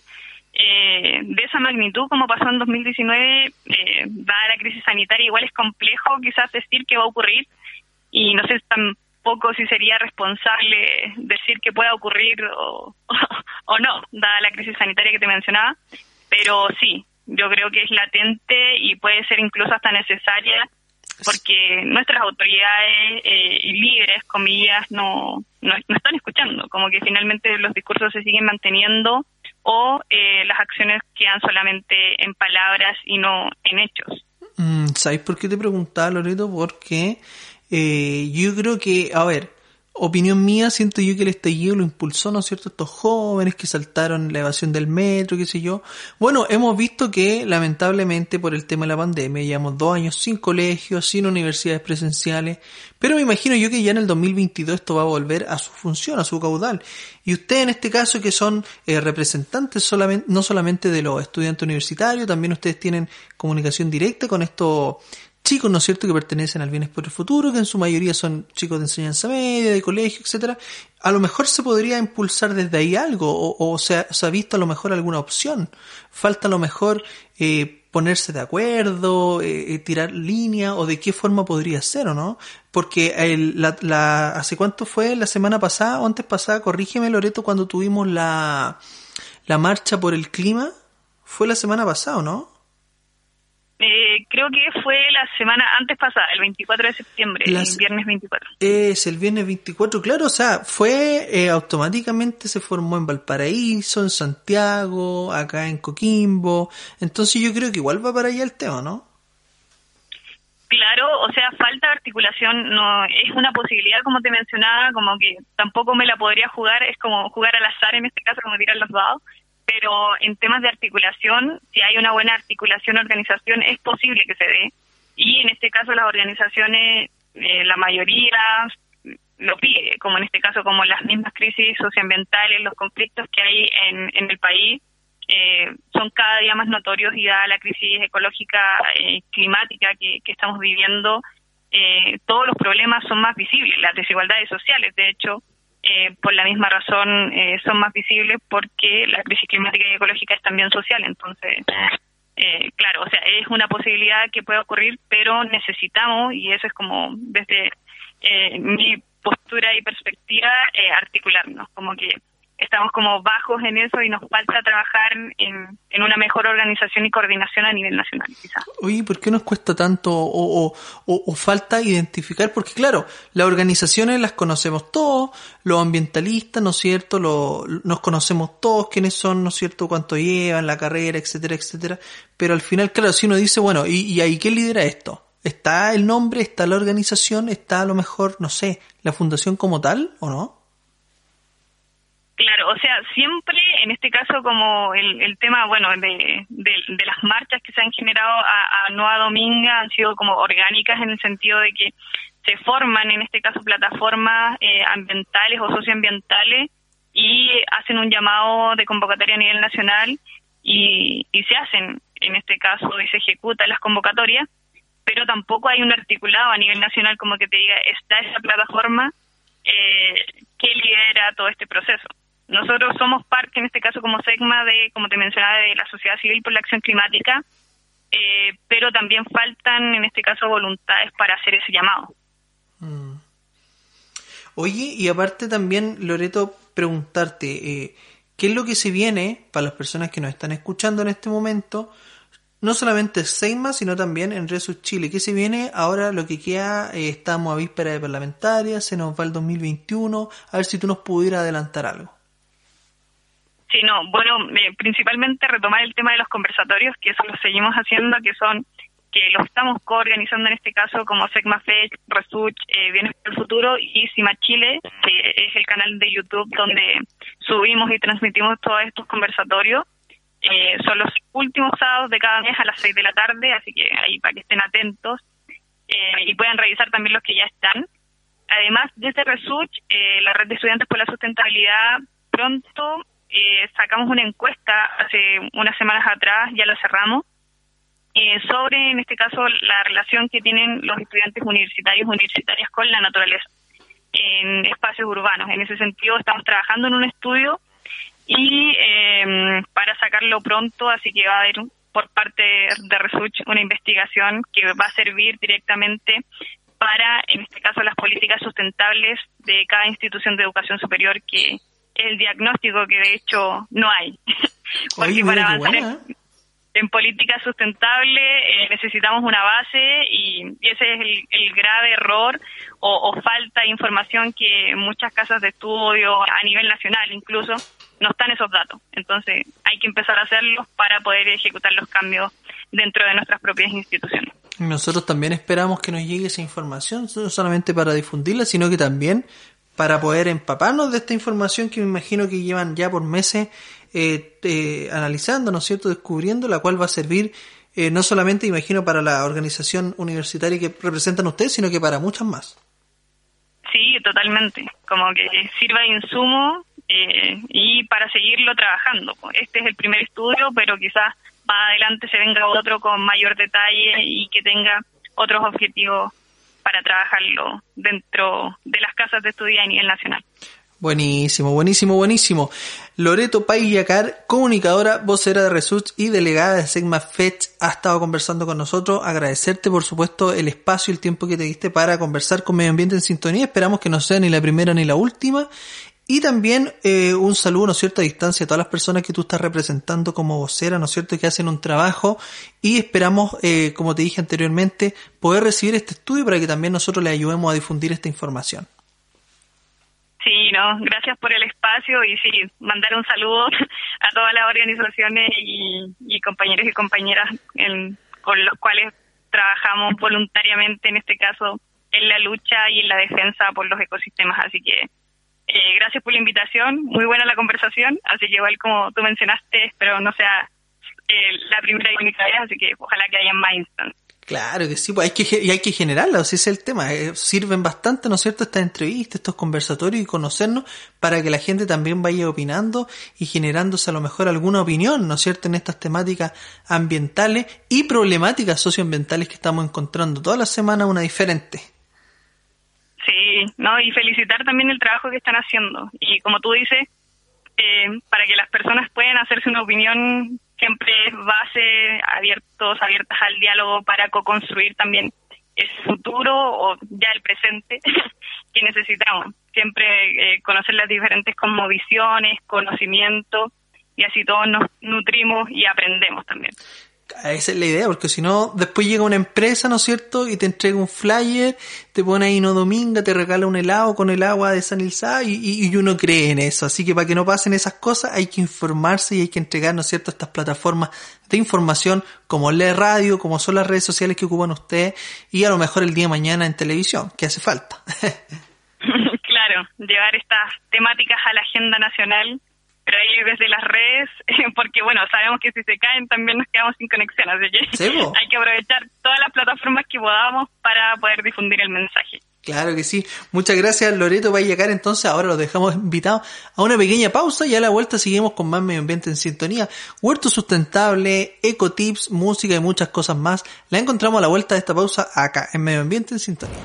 de esa magnitud como pasó en 2019, dada la crisis sanitaria, igual es complejo quizás decir que va a ocurrir, y no sé tampoco si sería responsable decir que pueda ocurrir o no, dada la crisis sanitaria que te mencionaba, pero sí, yo creo que es latente y puede ser incluso hasta necesaria, porque nuestras autoridades líderes, comillas, no están escuchando, como que finalmente los discursos se siguen manteniendo o las acciones quedan solamente en palabras y no en hechos. ¿Sabes por qué te preguntaba, Loreto? Porque yo creo que, a ver, opinión mía, siento yo que el estallido lo impulsó, ¿no es cierto?, estos jóvenes que saltaron la evasión del metro, qué sé yo. Bueno, hemos visto que lamentablemente por el tema de la pandemia llevamos 2 años sin colegios, sin universidades presenciales, pero me imagino yo que ya en el 2022 esto va a volver a su función, a su caudal. Y ustedes en este caso que son representantes no solamente de los estudiantes universitarios, también ustedes tienen comunicación directa con estos chicos, ¿no es cierto?, que pertenecen al Bienes por el Futuro, que en su mayoría son chicos de enseñanza media, de colegio, etcétera. A lo mejor se podría impulsar desde ahí algo, o se ha visto a lo mejor alguna opción. Falta a lo mejor ponerse de acuerdo, tirar línea, o de qué forma podría ser, ¿o no? Porque ¿hace cuánto fue? ¿La semana pasada o antes pasada? Corrígeme, Loreto, cuando tuvimos la marcha por el clima. ¿Fue la semana pasada, o no? Creo que fue la semana antes pasada, el 24 de septiembre, el viernes 24. Es el viernes 24, claro, o sea, fue automáticamente se formó en Valparaíso, en Santiago, acá en Coquimbo, entonces yo creo que igual va para allá el tema, ¿no? Claro, o sea, falta de articulación, no es una posibilidad, como te mencionaba, como que tampoco me la podría jugar, es como jugar al azar en este caso, como tirar los dados. Pero en temas de articulación, si hay una buena articulación, organización, es posible que se dé. Y en este caso las organizaciones, la mayoría lo pide, como en este caso, como las mismas crisis socioambientales, los conflictos que hay en el país, son cada día más notorios, y dada la crisis ecológica, climática que estamos viviendo, todos los problemas son más visibles, las desigualdades sociales, de hecho, por la misma razón son más visibles, porque la crisis climática y ecológica es también social. Entonces, claro, o sea, es una posibilidad que puede ocurrir, pero necesitamos, y eso es como desde mi postura y perspectiva, articularnos, como que estamos como bajos en eso y nos falta trabajar en una mejor organización y coordinación a nivel nacional, quizás. Oye, ¿por qué nos cuesta tanto o falta identificar? Porque claro, las organizaciones las conocemos todos, los ambientalistas, ¿no es cierto? Nos conocemos todos quiénes son, ¿no es cierto? Cuánto llevan, la carrera, etcétera, etcétera. Pero al final, claro, si uno dice, bueno, ¿y ahí quién lidera esto? ¿Está el nombre? ¿Está la organización? ¿Está a lo mejor, no sé, la fundación como tal o no? Claro, o sea, siempre en este caso como el tema, bueno, de las marchas que se han generado a Nueva Dominga han sido como orgánicas, en el sentido de que se forman en este caso plataformas ambientales o socioambientales y hacen un llamado de convocatoria a nivel nacional y se hacen, en este caso, y se ejecutan las convocatorias, pero tampoco hay un articulado a nivel nacional como que te diga, está esa plataforma que lidera todo este proceso. Nosotros somos parte, en este caso como SECMA, como te mencionaba, de la Sociedad Civil por la Acción Climática, pero también faltan, en este caso, voluntades para hacer ese llamado. Oye, y aparte también, Loreto, preguntarte, ¿qué es lo que se viene para las personas que nos están escuchando en este momento? No solamente SECMA, sino también en Resuch Chile. ¿Qué se viene ahora? Lo que queda, estamos a víspera de parlamentarias, se nos va el 2021. A ver si tú nos pudieras adelantar algo. Sí, no, bueno, principalmente retomar el tema de los conversatorios, que eso lo seguimos haciendo, que lo estamos coorganizando en este caso como SECMA FECH, Resuch, Bienes para el Futuro y CIMA Chile, que es el canal de YouTube donde subimos y transmitimos todos estos conversatorios. Son los últimos sábados de cada mes a las 6 de la tarde, así que ahí para que estén atentos y puedan revisar también los que ya están. Además, desde Resuch, la Red de Estudiantes por la Sustentabilidad, pronto sacamos una encuesta hace unas semanas atrás, ya la cerramos, sobre, en este caso, la relación que tienen los estudiantes universitarias con la naturaleza en espacios urbanos. En ese sentido, estamos trabajando en un estudio y para sacarlo pronto, así que va a haber por parte de Resuch una investigación que va a servir directamente para, en este caso, las políticas sustentables de cada institución de educación superior, que es el diagnóstico que de hecho no hay. Porque oye, para avanzar en política sustentable necesitamos una base y ese es el grave error o falta de información que muchas casas de estudio a nivel nacional incluso no están esos datos. Entonces hay que empezar a hacerlos para poder ejecutar los cambios dentro de nuestras propias instituciones. Nosotros también esperamos que nos llegue esa información, no solamente para difundirla, sino que también para poder empaparnos de esta información que me imagino que llevan ya por meses analizando, ¿no es cierto?, descubriendo, la cual va a servir no solamente, imagino, para la organización universitaria que representan ustedes, sino que para muchas más. Sí, totalmente. Como que sirva de insumo y para seguirlo trabajando. Este es el primer estudio, pero quizás más adelante se venga otro con mayor detalle y que tenga otros objetivos para trabajarlo dentro de las casas de estudio a nivel nacional. Buenísimo, buenísimo, buenísimo. Loreto Pay-Yacar, comunicadora, vocera de Resuch y delegada de SECMA FECH, ha estado conversando con nosotros. Agradecerte, por supuesto, el espacio y el tiempo que te diste para conversar con Medio Ambiente en Sintonía. Esperamos que no sea ni la primera ni la última. Y también un saludo, ¿no es cierto?, a distancia a todas las personas que tú estás representando como vocera, ¿no es cierto?, que hacen un trabajo, y esperamos, como te dije anteriormente, poder recibir este estudio para que también nosotros le ayudemos a difundir esta información. Sí, no, gracias por el espacio y sí, mandar un saludo a todas las organizaciones y compañeros y compañeras con los cuales trabajamos voluntariamente, en este caso, en la lucha y en la defensa por los ecosistemas. Así que gracias por la invitación, muy buena la conversación, así que igual como tú mencionaste, espero no sea la primera y única vez, así que ojalá que haya más instancias. Claro que sí, pues hay que generarla, ese es el tema. Sirven bastante, ¿no es cierto?, estas entrevistas, estos conversatorios y conocernos para que la gente también vaya opinando y generándose a lo mejor alguna opinión, ¿no es cierto?, en estas temáticas ambientales y problemáticas socioambientales que estamos encontrando todas las semanas una diferente. Sí, no, y felicitar también el trabajo que están haciendo. Y como tú dices, para que las personas puedan hacerse una opinión, siempre es base, abiertas al diálogo para co-construir también el futuro o ya el presente que necesitamos. Siempre conocer las diferentes cosmovisiones, conocimiento, y así todos nos nutrimos y aprendemos también. Esa es la idea, porque si no, después llega una empresa, ¿no es cierto?, y te entrega un flyer, te pone ahí no dominga, te regala un helado con el agua desanilzada y uno cree en eso. Así que para que no pasen esas cosas hay que informarse y hay que entregar, ¿no es cierto?, estas plataformas de información como la radio, como son las redes sociales que ocupan ustedes, y a lo mejor el día de mañana en televisión, que hace falta. Claro, llevar estas temáticas a la agenda nacional, pero ahí desde las redes, porque bueno, sabemos que si se caen también nos quedamos sin conexión, así que ¿sí, hay que aprovechar todas las plataformas que podamos para poder difundir el mensaje. Claro que sí. Muchas gracias, Loreto Pay-Yacar. Entonces ahora los dejamos invitados a una pequeña pausa y a la vuelta seguimos con más Medio Ambiente en Sintonía. Huerto sustentable, ecotips, música y muchas cosas más. La encontramos a la vuelta de esta pausa acá en Medio Ambiente en Sintonía.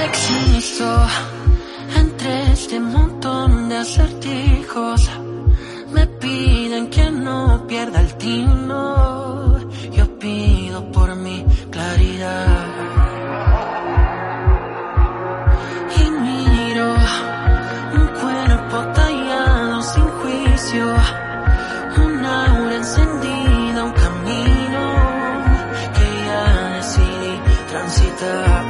existo entre este montón de acertijos. Me piden que no pierda el tino. Yo pido por mi claridad. Y miro un cuerpo tallado sin juicio, un aura encendida, un camino que ya decidí transitar.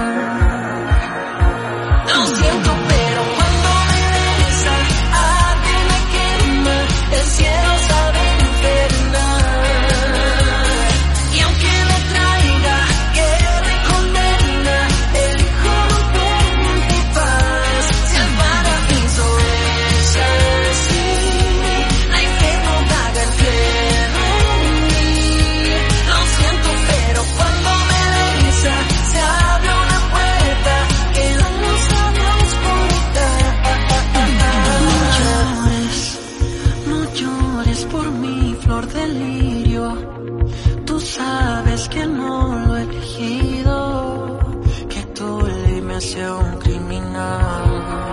Lo siento, pero cuando me besa, arde, me quema, el cielo sabe infernal. Y aunque me traiga guerra y condena, elijo romperme en tu paz. Si el paraíso es así, la infierno daga el cielo en mí. Lo siento, pero cuando me besa, se abre una puerta que da luz a la oscuridad. No llores por mi flor de lirio. Tú sabes que no lo he elegido, que tu ley me hace un criminal.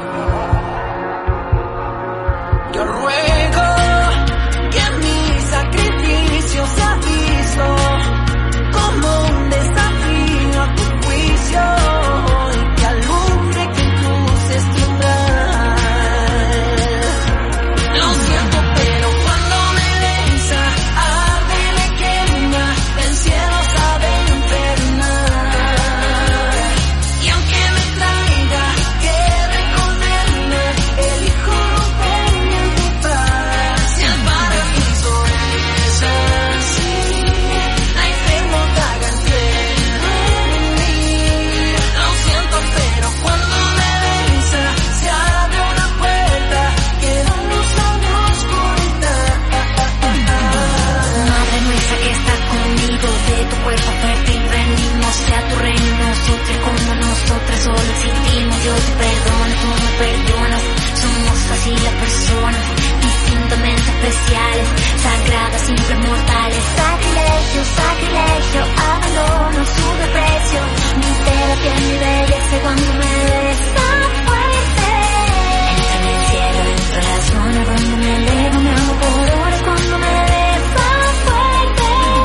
Yo ruego que mi sacrificio sea visto como un desafío a tu juicio, y que alumbre que cruces tu umbral. Lo siento, pero cuando me besa, arde, me quema, el cielo sabe infernal. Y aunque me traiga guerra y condena, elijo romperme en tu paz. Si el paraíso es así, la infierno daga el cielo en mí. Lo siento, pero cuando me besa, se abre una puerta que da luz a la oscuridad. Madre nuestra que estás conmigo, de tu cuerpo fértil venimos, sea tu reino, nosotros como nosotras solo existimos. Yo te perdono, tú me perdonas, somos así las personas, distintamente especiales, sagradas, siempre mortales. Sacrilegio, sacrilegio, abandono su desprecio, mi terapia, mi belleza cuando me besa fuerte. Entra en el cielo, dentro de la zona donde me elevo, me amo por horas cuando me besa fuerte.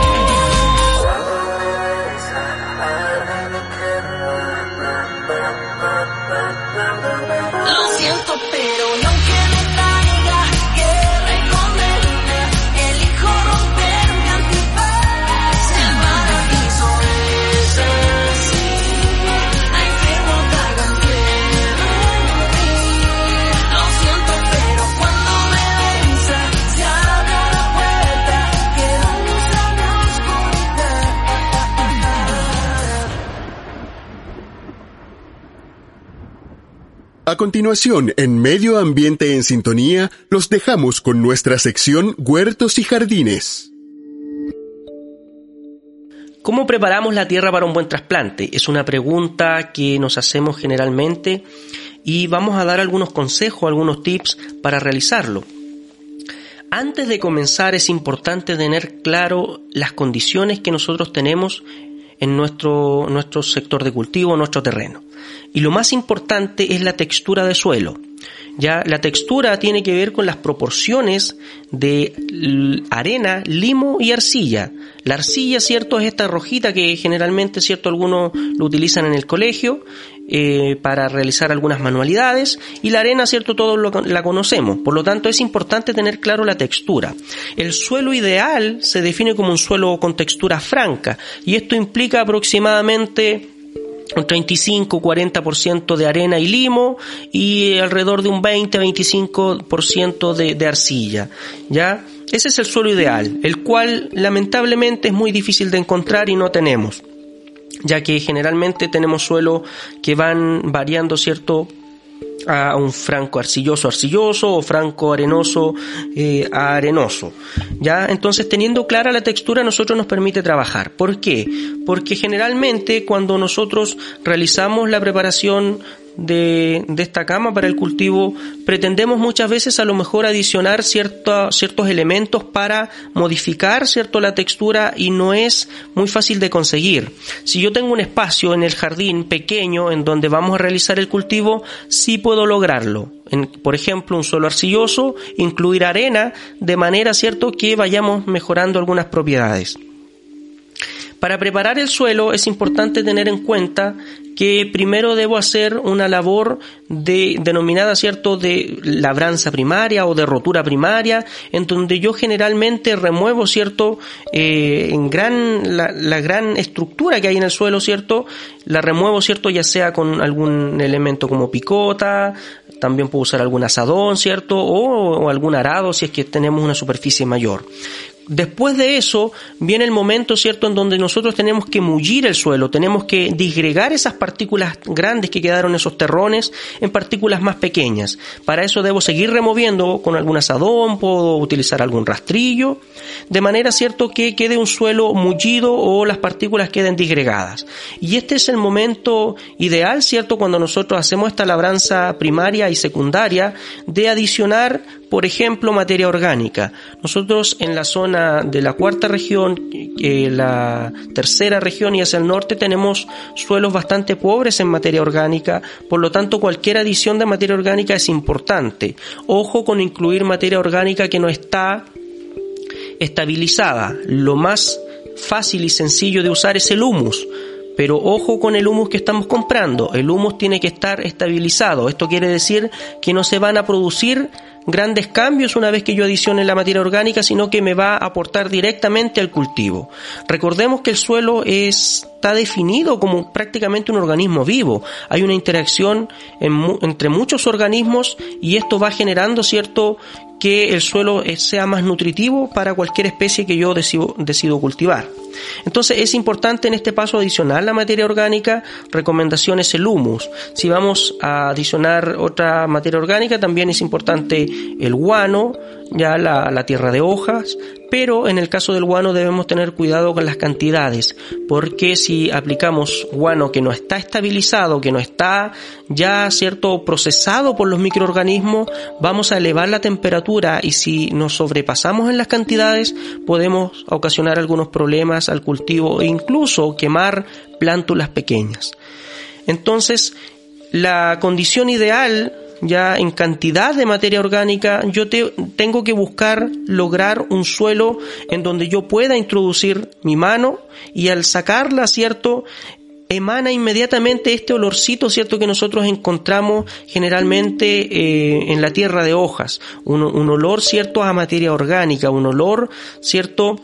Lo siento, pero y aunque me traiga guerra y condena, elijo romperme en tu paz. Si el paraíso es así, la infierno daga el cielo en mí. Lo siento, pero cuando me besa, se abre una puerta que da luz a la oscuridad. A continuación, en Medio Ambiente en Sintonía, los dejamos con nuestra sección Huertos y Jardines. ¿Cómo preparamos la tierra para un buen trasplante? Es una pregunta que nos hacemos generalmente y vamos a dar algunos consejos, algunos tips para realizarlo. Antes de comenzar es importante tener claro las condiciones que nosotros tenemos en nuestro sector de cultivo, nuestro terreno. Y lo más importante es la textura de suelo. Ya la textura tiene que ver con las proporciones de arena, limo y arcilla. La arcilla, cierto, es esta rojita que generalmente, cierto, algunos lo utilizan en el colegio para realizar algunas manualidades, y la arena, cierto, todos la conocemos. Por lo tanto, es importante tener claro la textura. El suelo ideal se define como un suelo con textura franca, y esto implica aproximadamente un 35-40% de arena y limo y alrededor de un 20-25% de arcilla, ¿ya? Ese es el suelo ideal, el cual lamentablemente es muy difícil de encontrar y no tenemos, ya que generalmente tenemos suelos que van variando, ¿cierto?, a un franco arcilloso o franco arenoso a arenoso, ¿ya? Entonces, teniendo clara la textura, nosotros nos permite trabajar. ¿Por qué? Porque generalmente cuando nosotros realizamos la preparación de esta cama para el cultivo, pretendemos muchas veces a lo mejor adicionar ciertos elementos para modificar, ¿cierto?, la textura, y no es muy fácil de conseguir. Si yo tengo un espacio en el jardín pequeño en donde vamos a realizar el cultivo, sí puedo lograrlo. Por ejemplo, un suelo arcilloso, incluir arena, de manera, ¿cierto?, que vayamos mejorando algunas propiedades. Para preparar el suelo es importante tener en cuenta que primero debo hacer una labor denominada, ¿cierto?, de labranza primaria o de rotura primaria, en donde yo generalmente remuevo, ¿cierto?, la gran estructura que hay en el suelo, ¿cierto?, la remuevo, ¿cierto?, ya sea con algún elemento como picota, también puedo usar algún asadón, ¿cierto?, o algún arado si es que tenemos una superficie mayor. Después de eso viene el momento, ¿cierto?, en donde nosotros tenemos que mullir el suelo, tenemos que disgregar esas partículas grandes que quedaron en esos terrones en partículas más pequeñas. Para eso debo seguir removiendo con algún asadón, puedo utilizar algún rastrillo, de manera, ¿cierto?, que quede un suelo mullido o las partículas queden disgregadas. Y este es el momento ideal, ¿cierto?, cuando nosotros hacemos esta labranza primaria y secundaria, de adicionar, por ejemplo, materia orgánica. Nosotros en la zona de la cuarta región, la tercera región y hacia el norte tenemos suelos bastante pobres en materia orgánica, por lo tanto cualquier adición de materia orgánica es importante. Ojo con incluir materia orgánica que no está estabilizada. Lo más fácil y sencillo de usar es el humus. Pero ojo con el humus que estamos comprando. El humus tiene que estar estabilizado. Esto quiere decir que no se van a producir grandes cambios una vez que yo adicione la materia orgánica, sino que me va a aportar directamente al cultivo. Recordemos que el suelo está definido como prácticamente un organismo vivo. Hay una interacción entre muchos organismos y esto va generando, ¿cierto?, que el suelo sea más nutritivo para cualquier especie que yo decido cultivar. Entonces es importante en este paso adicionar la materia orgánica. Recomendación es el humus. Si vamos a adicionar otra materia orgánica, también es importante el guano, ya la tierra de hojas, pero en el caso del guano debemos tener cuidado con las cantidades, porque si aplicamos guano que no está estabilizado, que no está ya, ¿cierto?, procesado por los microorganismos, vamos a elevar la temperatura, y si nos sobrepasamos en las cantidades podemos ocasionar algunos problemas al cultivo e incluso quemar plántulas pequeñas. Entonces, la condición ideal, ya en cantidad de materia orgánica, yo tengo que buscar lograr un suelo en donde yo pueda introducir mi mano, y al sacarla, ¿cierto?, emana inmediatamente este olorcito, ¿cierto?, que nosotros encontramos generalmente en la tierra de hojas. Un olor, ¿cierto?, a materia orgánica, un olor, ¿cierto?,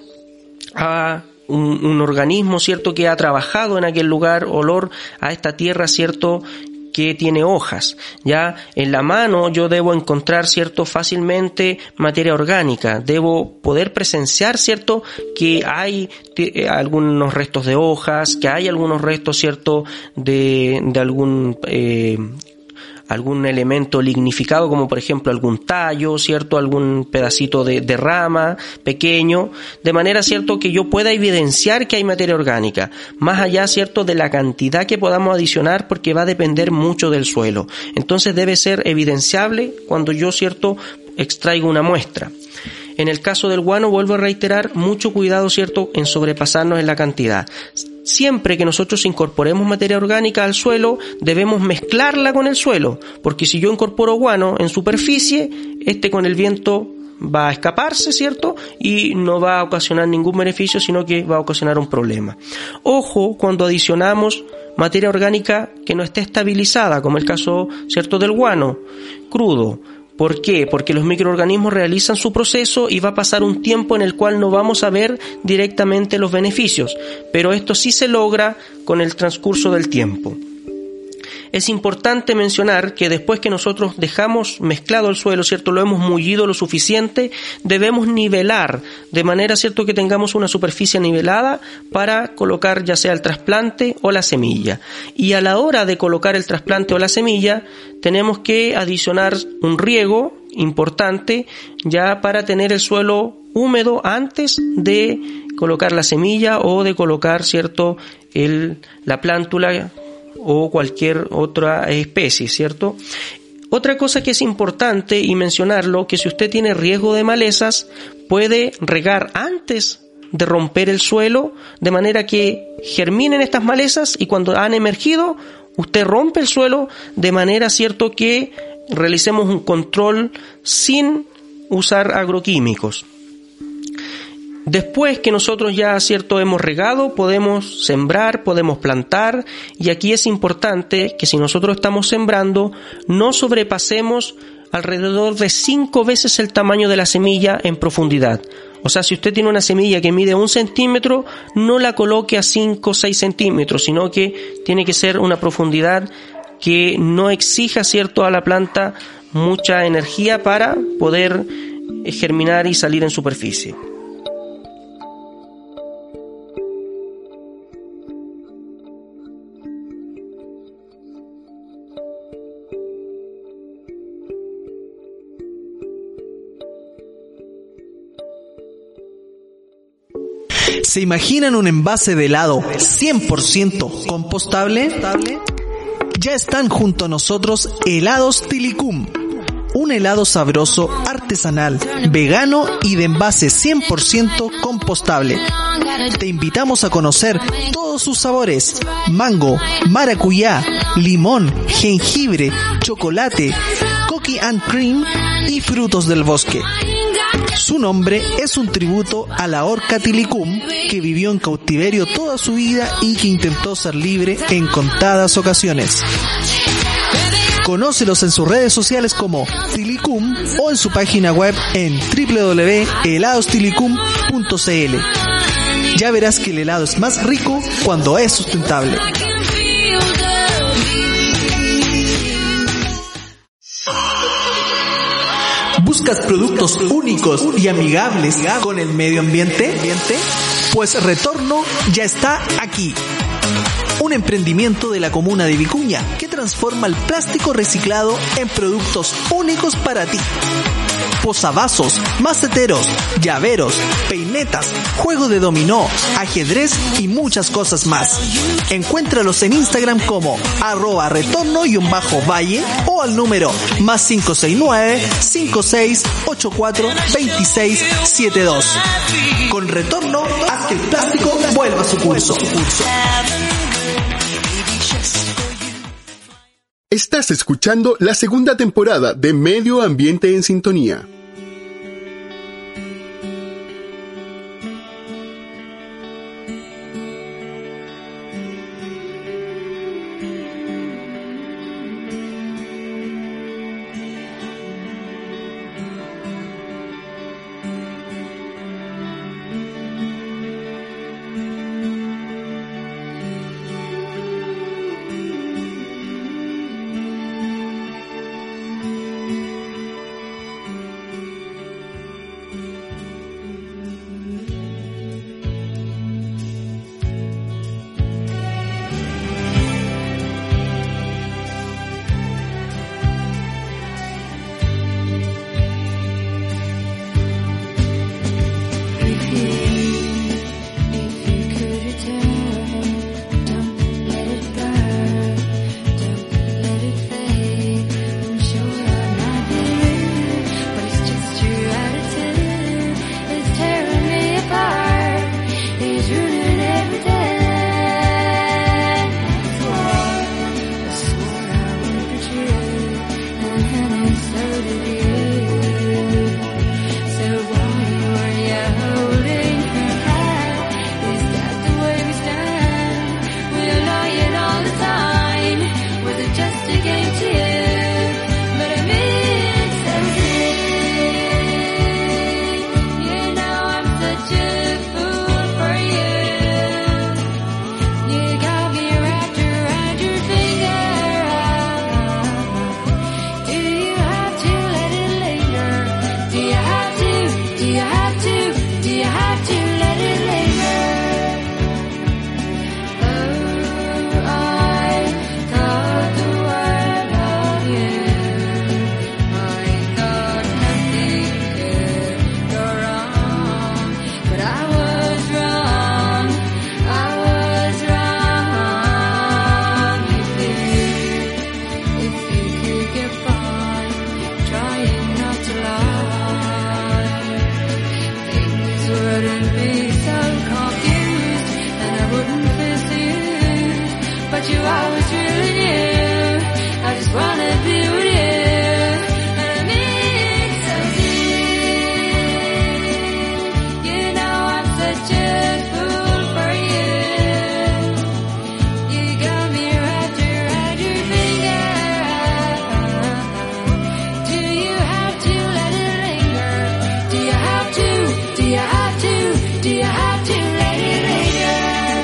a un organismo, ¿cierto?, que ha trabajado en aquel lugar, olor a esta tierra, ¿cierto?, que tiene hojas. Ya en la mano yo debo encontrar, ¿cierto?, fácilmente materia orgánica. Debo poder presenciar, ¿cierto?, que hay algunos restos de hojas, que hay algunos restos, ¿cierto?, de algún elemento lignificado, como por ejemplo algún tallo, ¿cierto?, algún pedacito de rama pequeño, de manera, ¿cierto?, que yo pueda evidenciar que hay materia orgánica, más allá, ¿cierto?, de la cantidad que podamos adicionar, porque va a depender mucho del suelo. Entonces debe ser evidenciable cuando yo, ¿cierto?, extraigo una muestra. En el caso del guano, vuelvo a reiterar, mucho cuidado, ¿cierto?, en sobrepasarnos en la cantidad. Siempre que nosotros incorporemos materia orgánica al suelo, debemos mezclarla con el suelo, porque si yo incorporo guano en superficie, con el viento va a escaparse, ¿cierto?, y no va a ocasionar ningún beneficio, sino que va a ocasionar un problema. Ojo cuando adicionamos materia orgánica que no esté estabilizada, como el caso, ¿cierto?, del guano crudo. ¿Por qué? Porque los microorganismos realizan su proceso y va a pasar un tiempo en el cual no vamos a ver directamente los beneficios, pero esto sí se logra con el transcurso del tiempo. Es importante mencionar que después que nosotros dejamos mezclado el suelo, ¿cierto?, lo hemos mullido lo suficiente, debemos nivelar, de manera, ¿cierto?, que tengamos una superficie nivelada para colocar ya sea el trasplante o la semilla. Y a la hora de colocar el trasplante o la semilla, tenemos que adicionar un riego importante ya para tener el suelo húmedo antes de colocar la semilla o de colocar, ¿cierto?, la plántula o cualquier otra especie, ¿cierto? Otra cosa que es importante y mencionarlo, que si usted tiene riesgo de malezas, puede regar antes de romper el suelo, de manera que germinen estas malezas y cuando han emergido, usted rompe el suelo de manera, cierto, que realicemos un control sin usar agroquímicos. Después que nosotros ya, cierto, hemos regado, podemos sembrar, podemos plantar, y aquí es importante que si nosotros estamos sembrando, no sobrepasemos alrededor de 5 veces el tamaño de la semilla en profundidad. O sea, si usted tiene una semilla que mide 1 centímetro, no la coloque a 5 o 6 centímetros, sino que tiene que ser una profundidad que no exija, cierto, a la planta mucha energía para poder germinar y salir en superficie. ¿Se imaginan un envase de helado 100% compostable? Ya están junto a nosotros Helados Tilicum, un helado sabroso, artesanal, vegano y de envase 100% compostable. Te invitamos a conocer todos sus sabores: mango, maracuyá, limón, jengibre, chocolate, cookie and cream y frutos del bosque. Su nombre es un tributo a la orca Tilicum, que vivió en cautiverio toda su vida y que intentó ser libre en contadas ocasiones. Conócelos en sus redes sociales como Tilicum o en su página web en www.heladostilicum.cl. Ya verás que el helado es más rico cuando es sustentable. ¿Buscas productos únicos y amigables con el medio ambiente? Pues Retorno ya está aquí. Un emprendimiento de la comuna de Vicuña que transforma el plástico reciclado en productos únicos para ti. Posavasos, maceteros, llaveros, peinetas, juego de dominó, ajedrez y muchas cosas más. Encuéntralos en Instagram como @retorno_valle o al número +569 5684 2672. Con Retorno, haz que el plástico vuelva a su curso. Estás escuchando la segunda temporada de Medio Ambiente en Sintonía. you always really knew. I just wanna be with you. And I need some tea. You know I'm such a fool for you. You got me wrapped around your finger. Do you have to let it linger? Do you have to? Do you have to? Do you have to let it linger?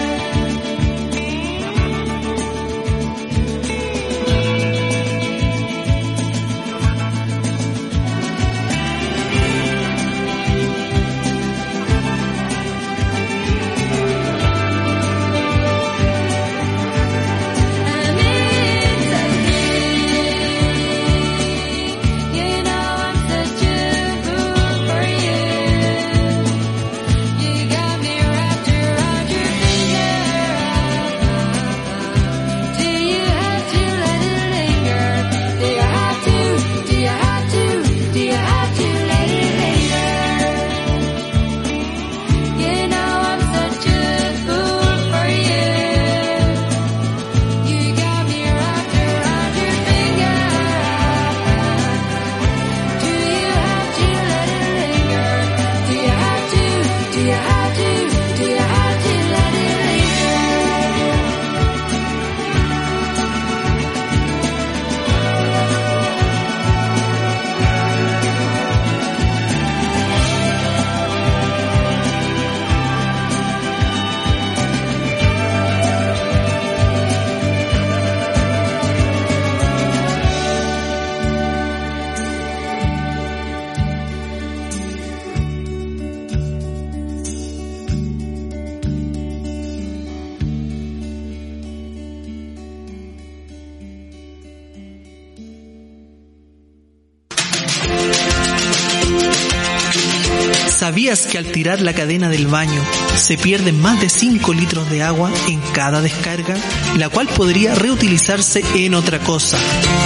¿Sabías que al tirar la cadena del baño se pierden más de 5 litros de agua en cada descarga, la cual podría reutilizarse en otra cosa?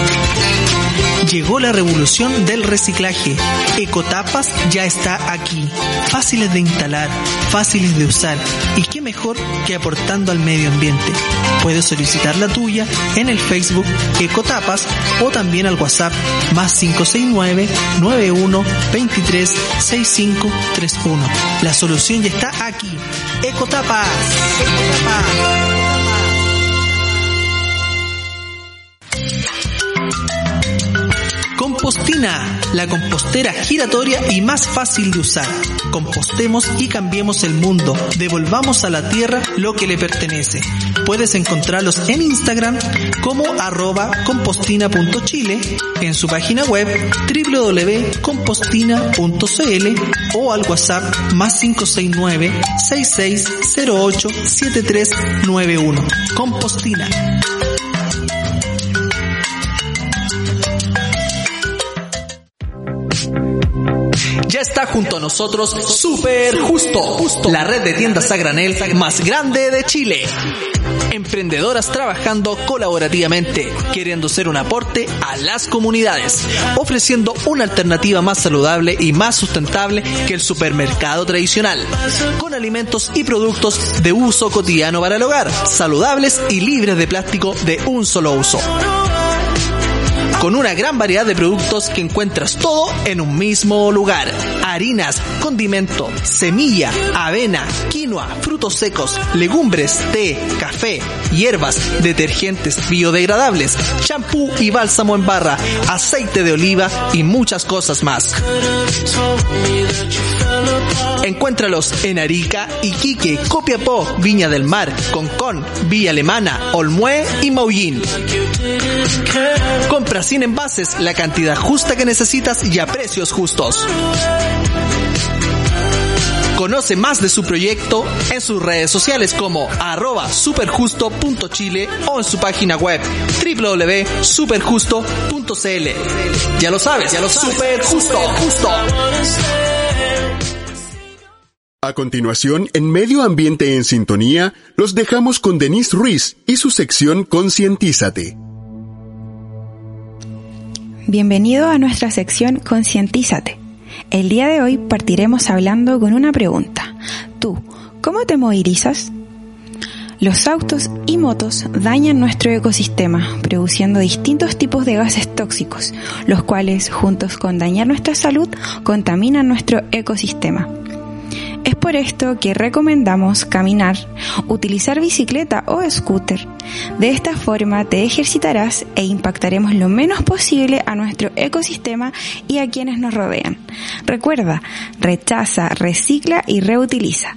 Llegó la revolución del reciclaje. Ecotapas ya está aquí. Fáciles de instalar, fáciles de usar. Y qué mejor que aportando al medio ambiente. Puedes solicitar la tuya en el Facebook Ecotapas o también al WhatsApp +569 91 23 6531. La solución ya está aquí. Ecotapas. Ecotapas. Compostina, la compostera giratoria y más fácil de usar. Compostemos y cambiemos el mundo. Devolvamos a la tierra lo que le pertenece. Puedes encontrarlos en Instagram como @compostina.chile, en su página web www.compostina.cl o al WhatsApp +569 6608 7391. Compostina. Ya está junto a nosotros Super Justo, la red de tiendas a granel más grande de Chile. Emprendedoras trabajando colaborativamente, queriendo ser un aporte a las comunidades, ofreciendo una alternativa más saludable y más sustentable que el supermercado tradicional, con alimentos y productos de uso cotidiano para el hogar, saludables y libres de plástico de un solo uso. Con una gran variedad de productos que encuentras todo en un mismo lugar. Harinas, condimento, semilla, avena, quinoa, frutos secos, legumbres, té, café, hierbas, detergentes biodegradables, champú y bálsamo en barra, aceite de oliva y muchas cosas más. Encuéntralos en Arica, Iquique, Copiapó, Viña del Mar, Concón, Villa Alemana, Olmué y Maullín. Compra sin envases, la cantidad justa que necesitas y a precios justos. Conoce más de su proyecto en sus redes sociales como @superjusto.chile o en su página web www.superjusto.cl. Ya lo sabes, Super Justo. A continuación, en Medio Ambiente en Sintonía, los dejamos con Denise Ruiz y su sección Concientízate. Bienvenido a nuestra sección Concientízate. El día de hoy partiremos hablando con una pregunta. ¿Tú, cómo te movilizas? Los autos y motos dañan nuestro ecosistema, produciendo distintos tipos de gases tóxicos, los cuales, juntos con dañar nuestra salud, contaminan nuestro ecosistema. Es por esto que recomendamos caminar, utilizar bicicleta o scooter. De esta forma te ejercitarás e impactaremos lo menos posible a nuestro ecosistema y a quienes nos rodean. Recuerda, rechaza, recicla y reutiliza.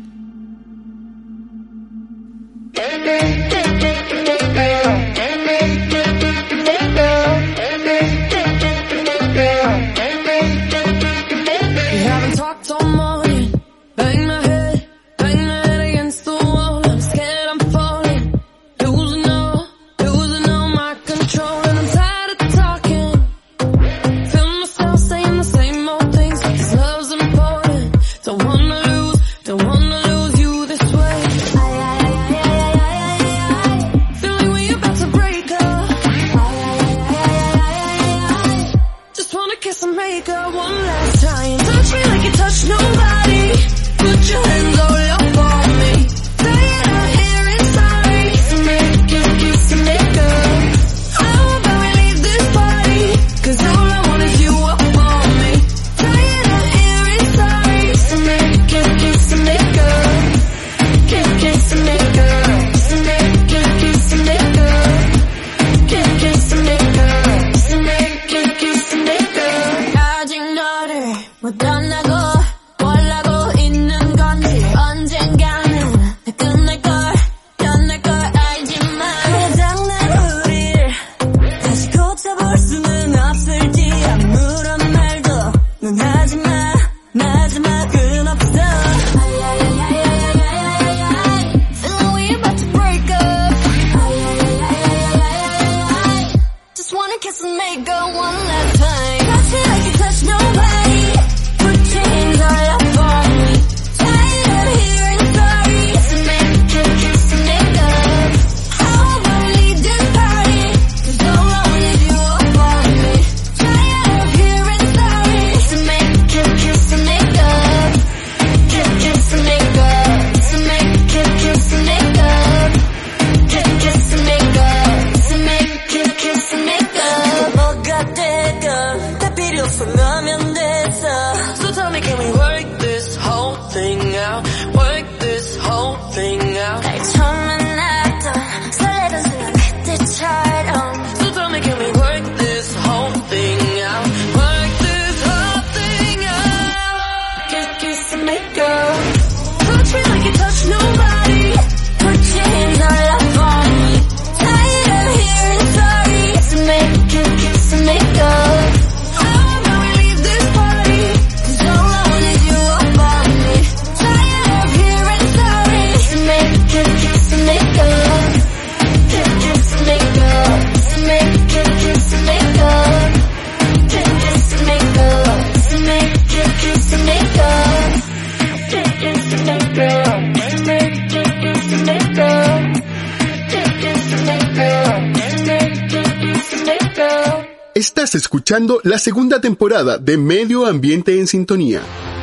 Estás escuchando la segunda temporada de Medio Ambiente en Sintonía.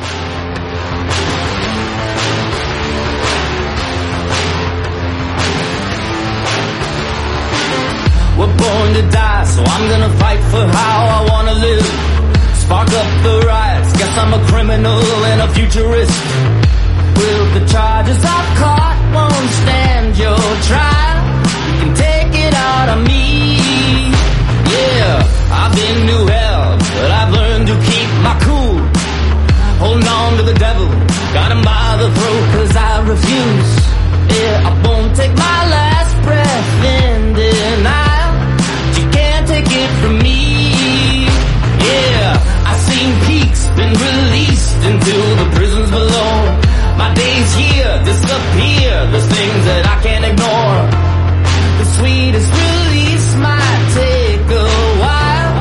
We're born to die, so I'm gonna fight for how I wanna live. Spark up the riots, guess I'm a criminal and a futurist. Will the charges I've caught won't stand your trial? You can take it out on me. Yeah, I've been to hell, but I've learned to keep my cool. Holding on to the devil, got him by the throat, cause I refuse. Yeah, I won't take my last breath in denial. You can't take it from me. Yeah, I've seen peaks, been released into the prisons below. My days here disappear, there's things that I can't ignore. The sweetest release might take a while,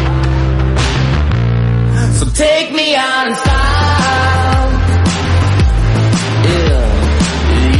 so take me out in style. Yeah,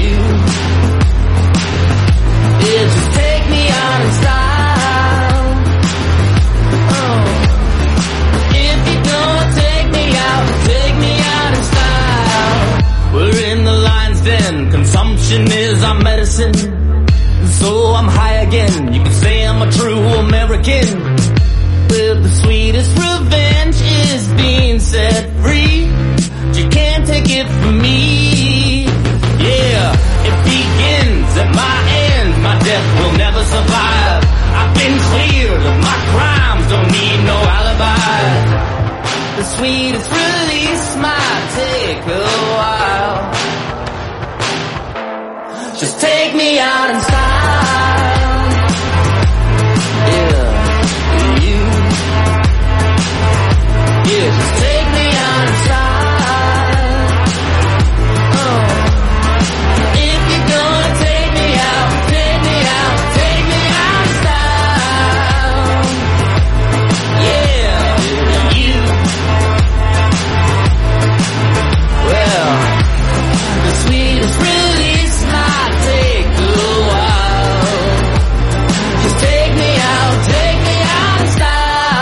then consumption is our medicine. So I'm high again, you can say I'm a true American. Well, the sweetest revenge is being set free. You can't take it from me. Yeah, it begins at my end. My death will never survive. I've been cleared of my crimes, don't need no alibi. The sweetest release might take a while. Just take me out in style. Yeah, you. Yeah, just take me out in style. Oh. If you're gonna take me out, take me out, take me out in style. Yeah, you. Well, the sweetest release might take a while. Just take me out in style.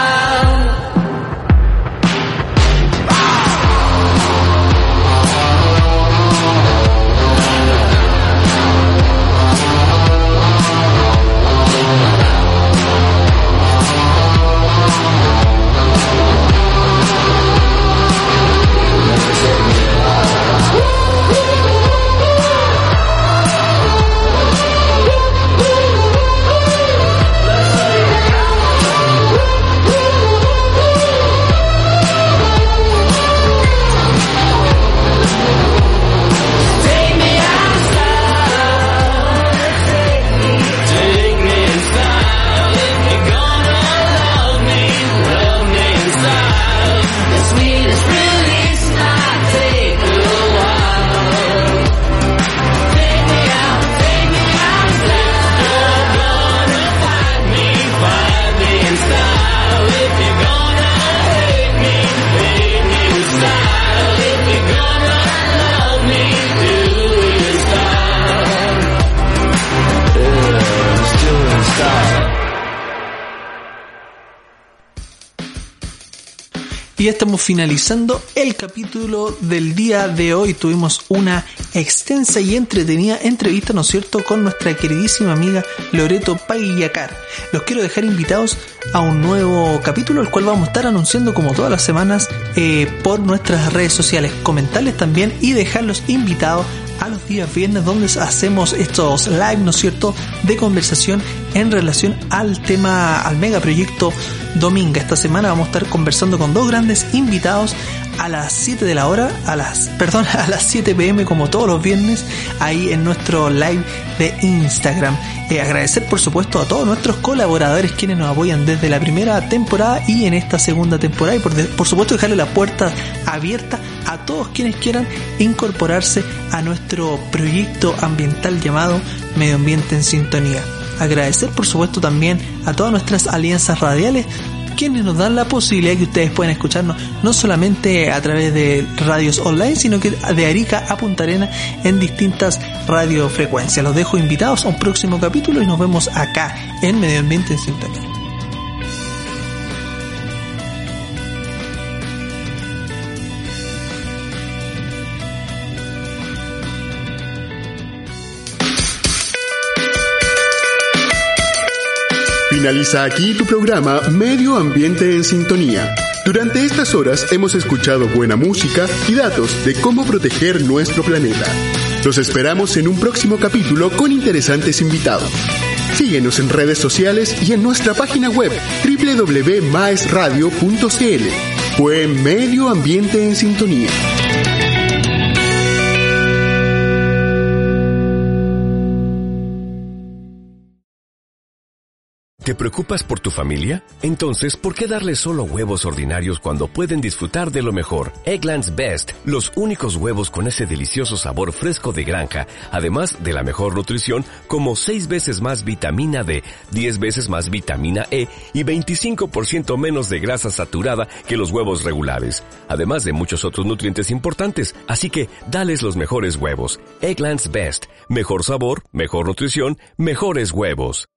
Y ya estamos finalizando el capítulo del día de hoy. Tuvimos una extensa y entretenida entrevista, ¿no es cierto?, con nuestra queridísima amiga Loreto Paguillacar. Los quiero dejar invitados a un nuevo capítulo, el cual vamos a estar anunciando como todas las semanas por nuestras redes sociales. Comentarles también y dejarlos invitados a los días viernes, donde hacemos estos live, ¿no es cierto?, de conversación en relación al tema, al megaproyecto Dominga. Esta semana vamos a estar conversando con dos grandes invitados a las 7 de la hora, a las 7 p.m. como todos los viernes, ahí en nuestro live de Instagram. Agradecer por supuesto a todos nuestros colaboradores quienes nos apoyan desde la primera temporada y en esta segunda temporada, y por supuesto dejarle la puerta abierta a todos quienes quieran incorporarse a nuestro proyecto ambiental llamado Medio Ambiente en Sintonía. Agradecer por supuesto también a todas nuestras alianzas radiales, quienes nos dan la posibilidad que ustedes puedan escucharnos no solamente a través de radios online, sino que de Arica a Punta Arenas en distintas radiofrecuencias. Los dejo invitados a un próximo capítulo y nos vemos acá en Medio Ambiente en Sintonía. Finaliza aquí tu programa Medio Ambiente en Sintonía. Durante estas horas hemos escuchado buena música y datos de cómo proteger nuestro planeta. Los esperamos en un próximo capítulo con interesantes invitados. Síguenos en redes sociales y en nuestra página web www.maesradio.cl. Fue Medio Ambiente en Sintonía. ¿Te preocupas por tu familia? Entonces, ¿por qué darles solo huevos ordinarios cuando pueden disfrutar de lo mejor? Eggland's Best, los únicos huevos con ese delicioso sabor fresco de granja, además de la mejor nutrición, como 6 veces más vitamina D, 10 veces más vitamina E y 25% menos de grasa saturada que los huevos regulares, además de muchos otros nutrientes importantes. Así que, dales los mejores huevos. Eggland's Best, mejor sabor, mejor nutrición, mejores huevos.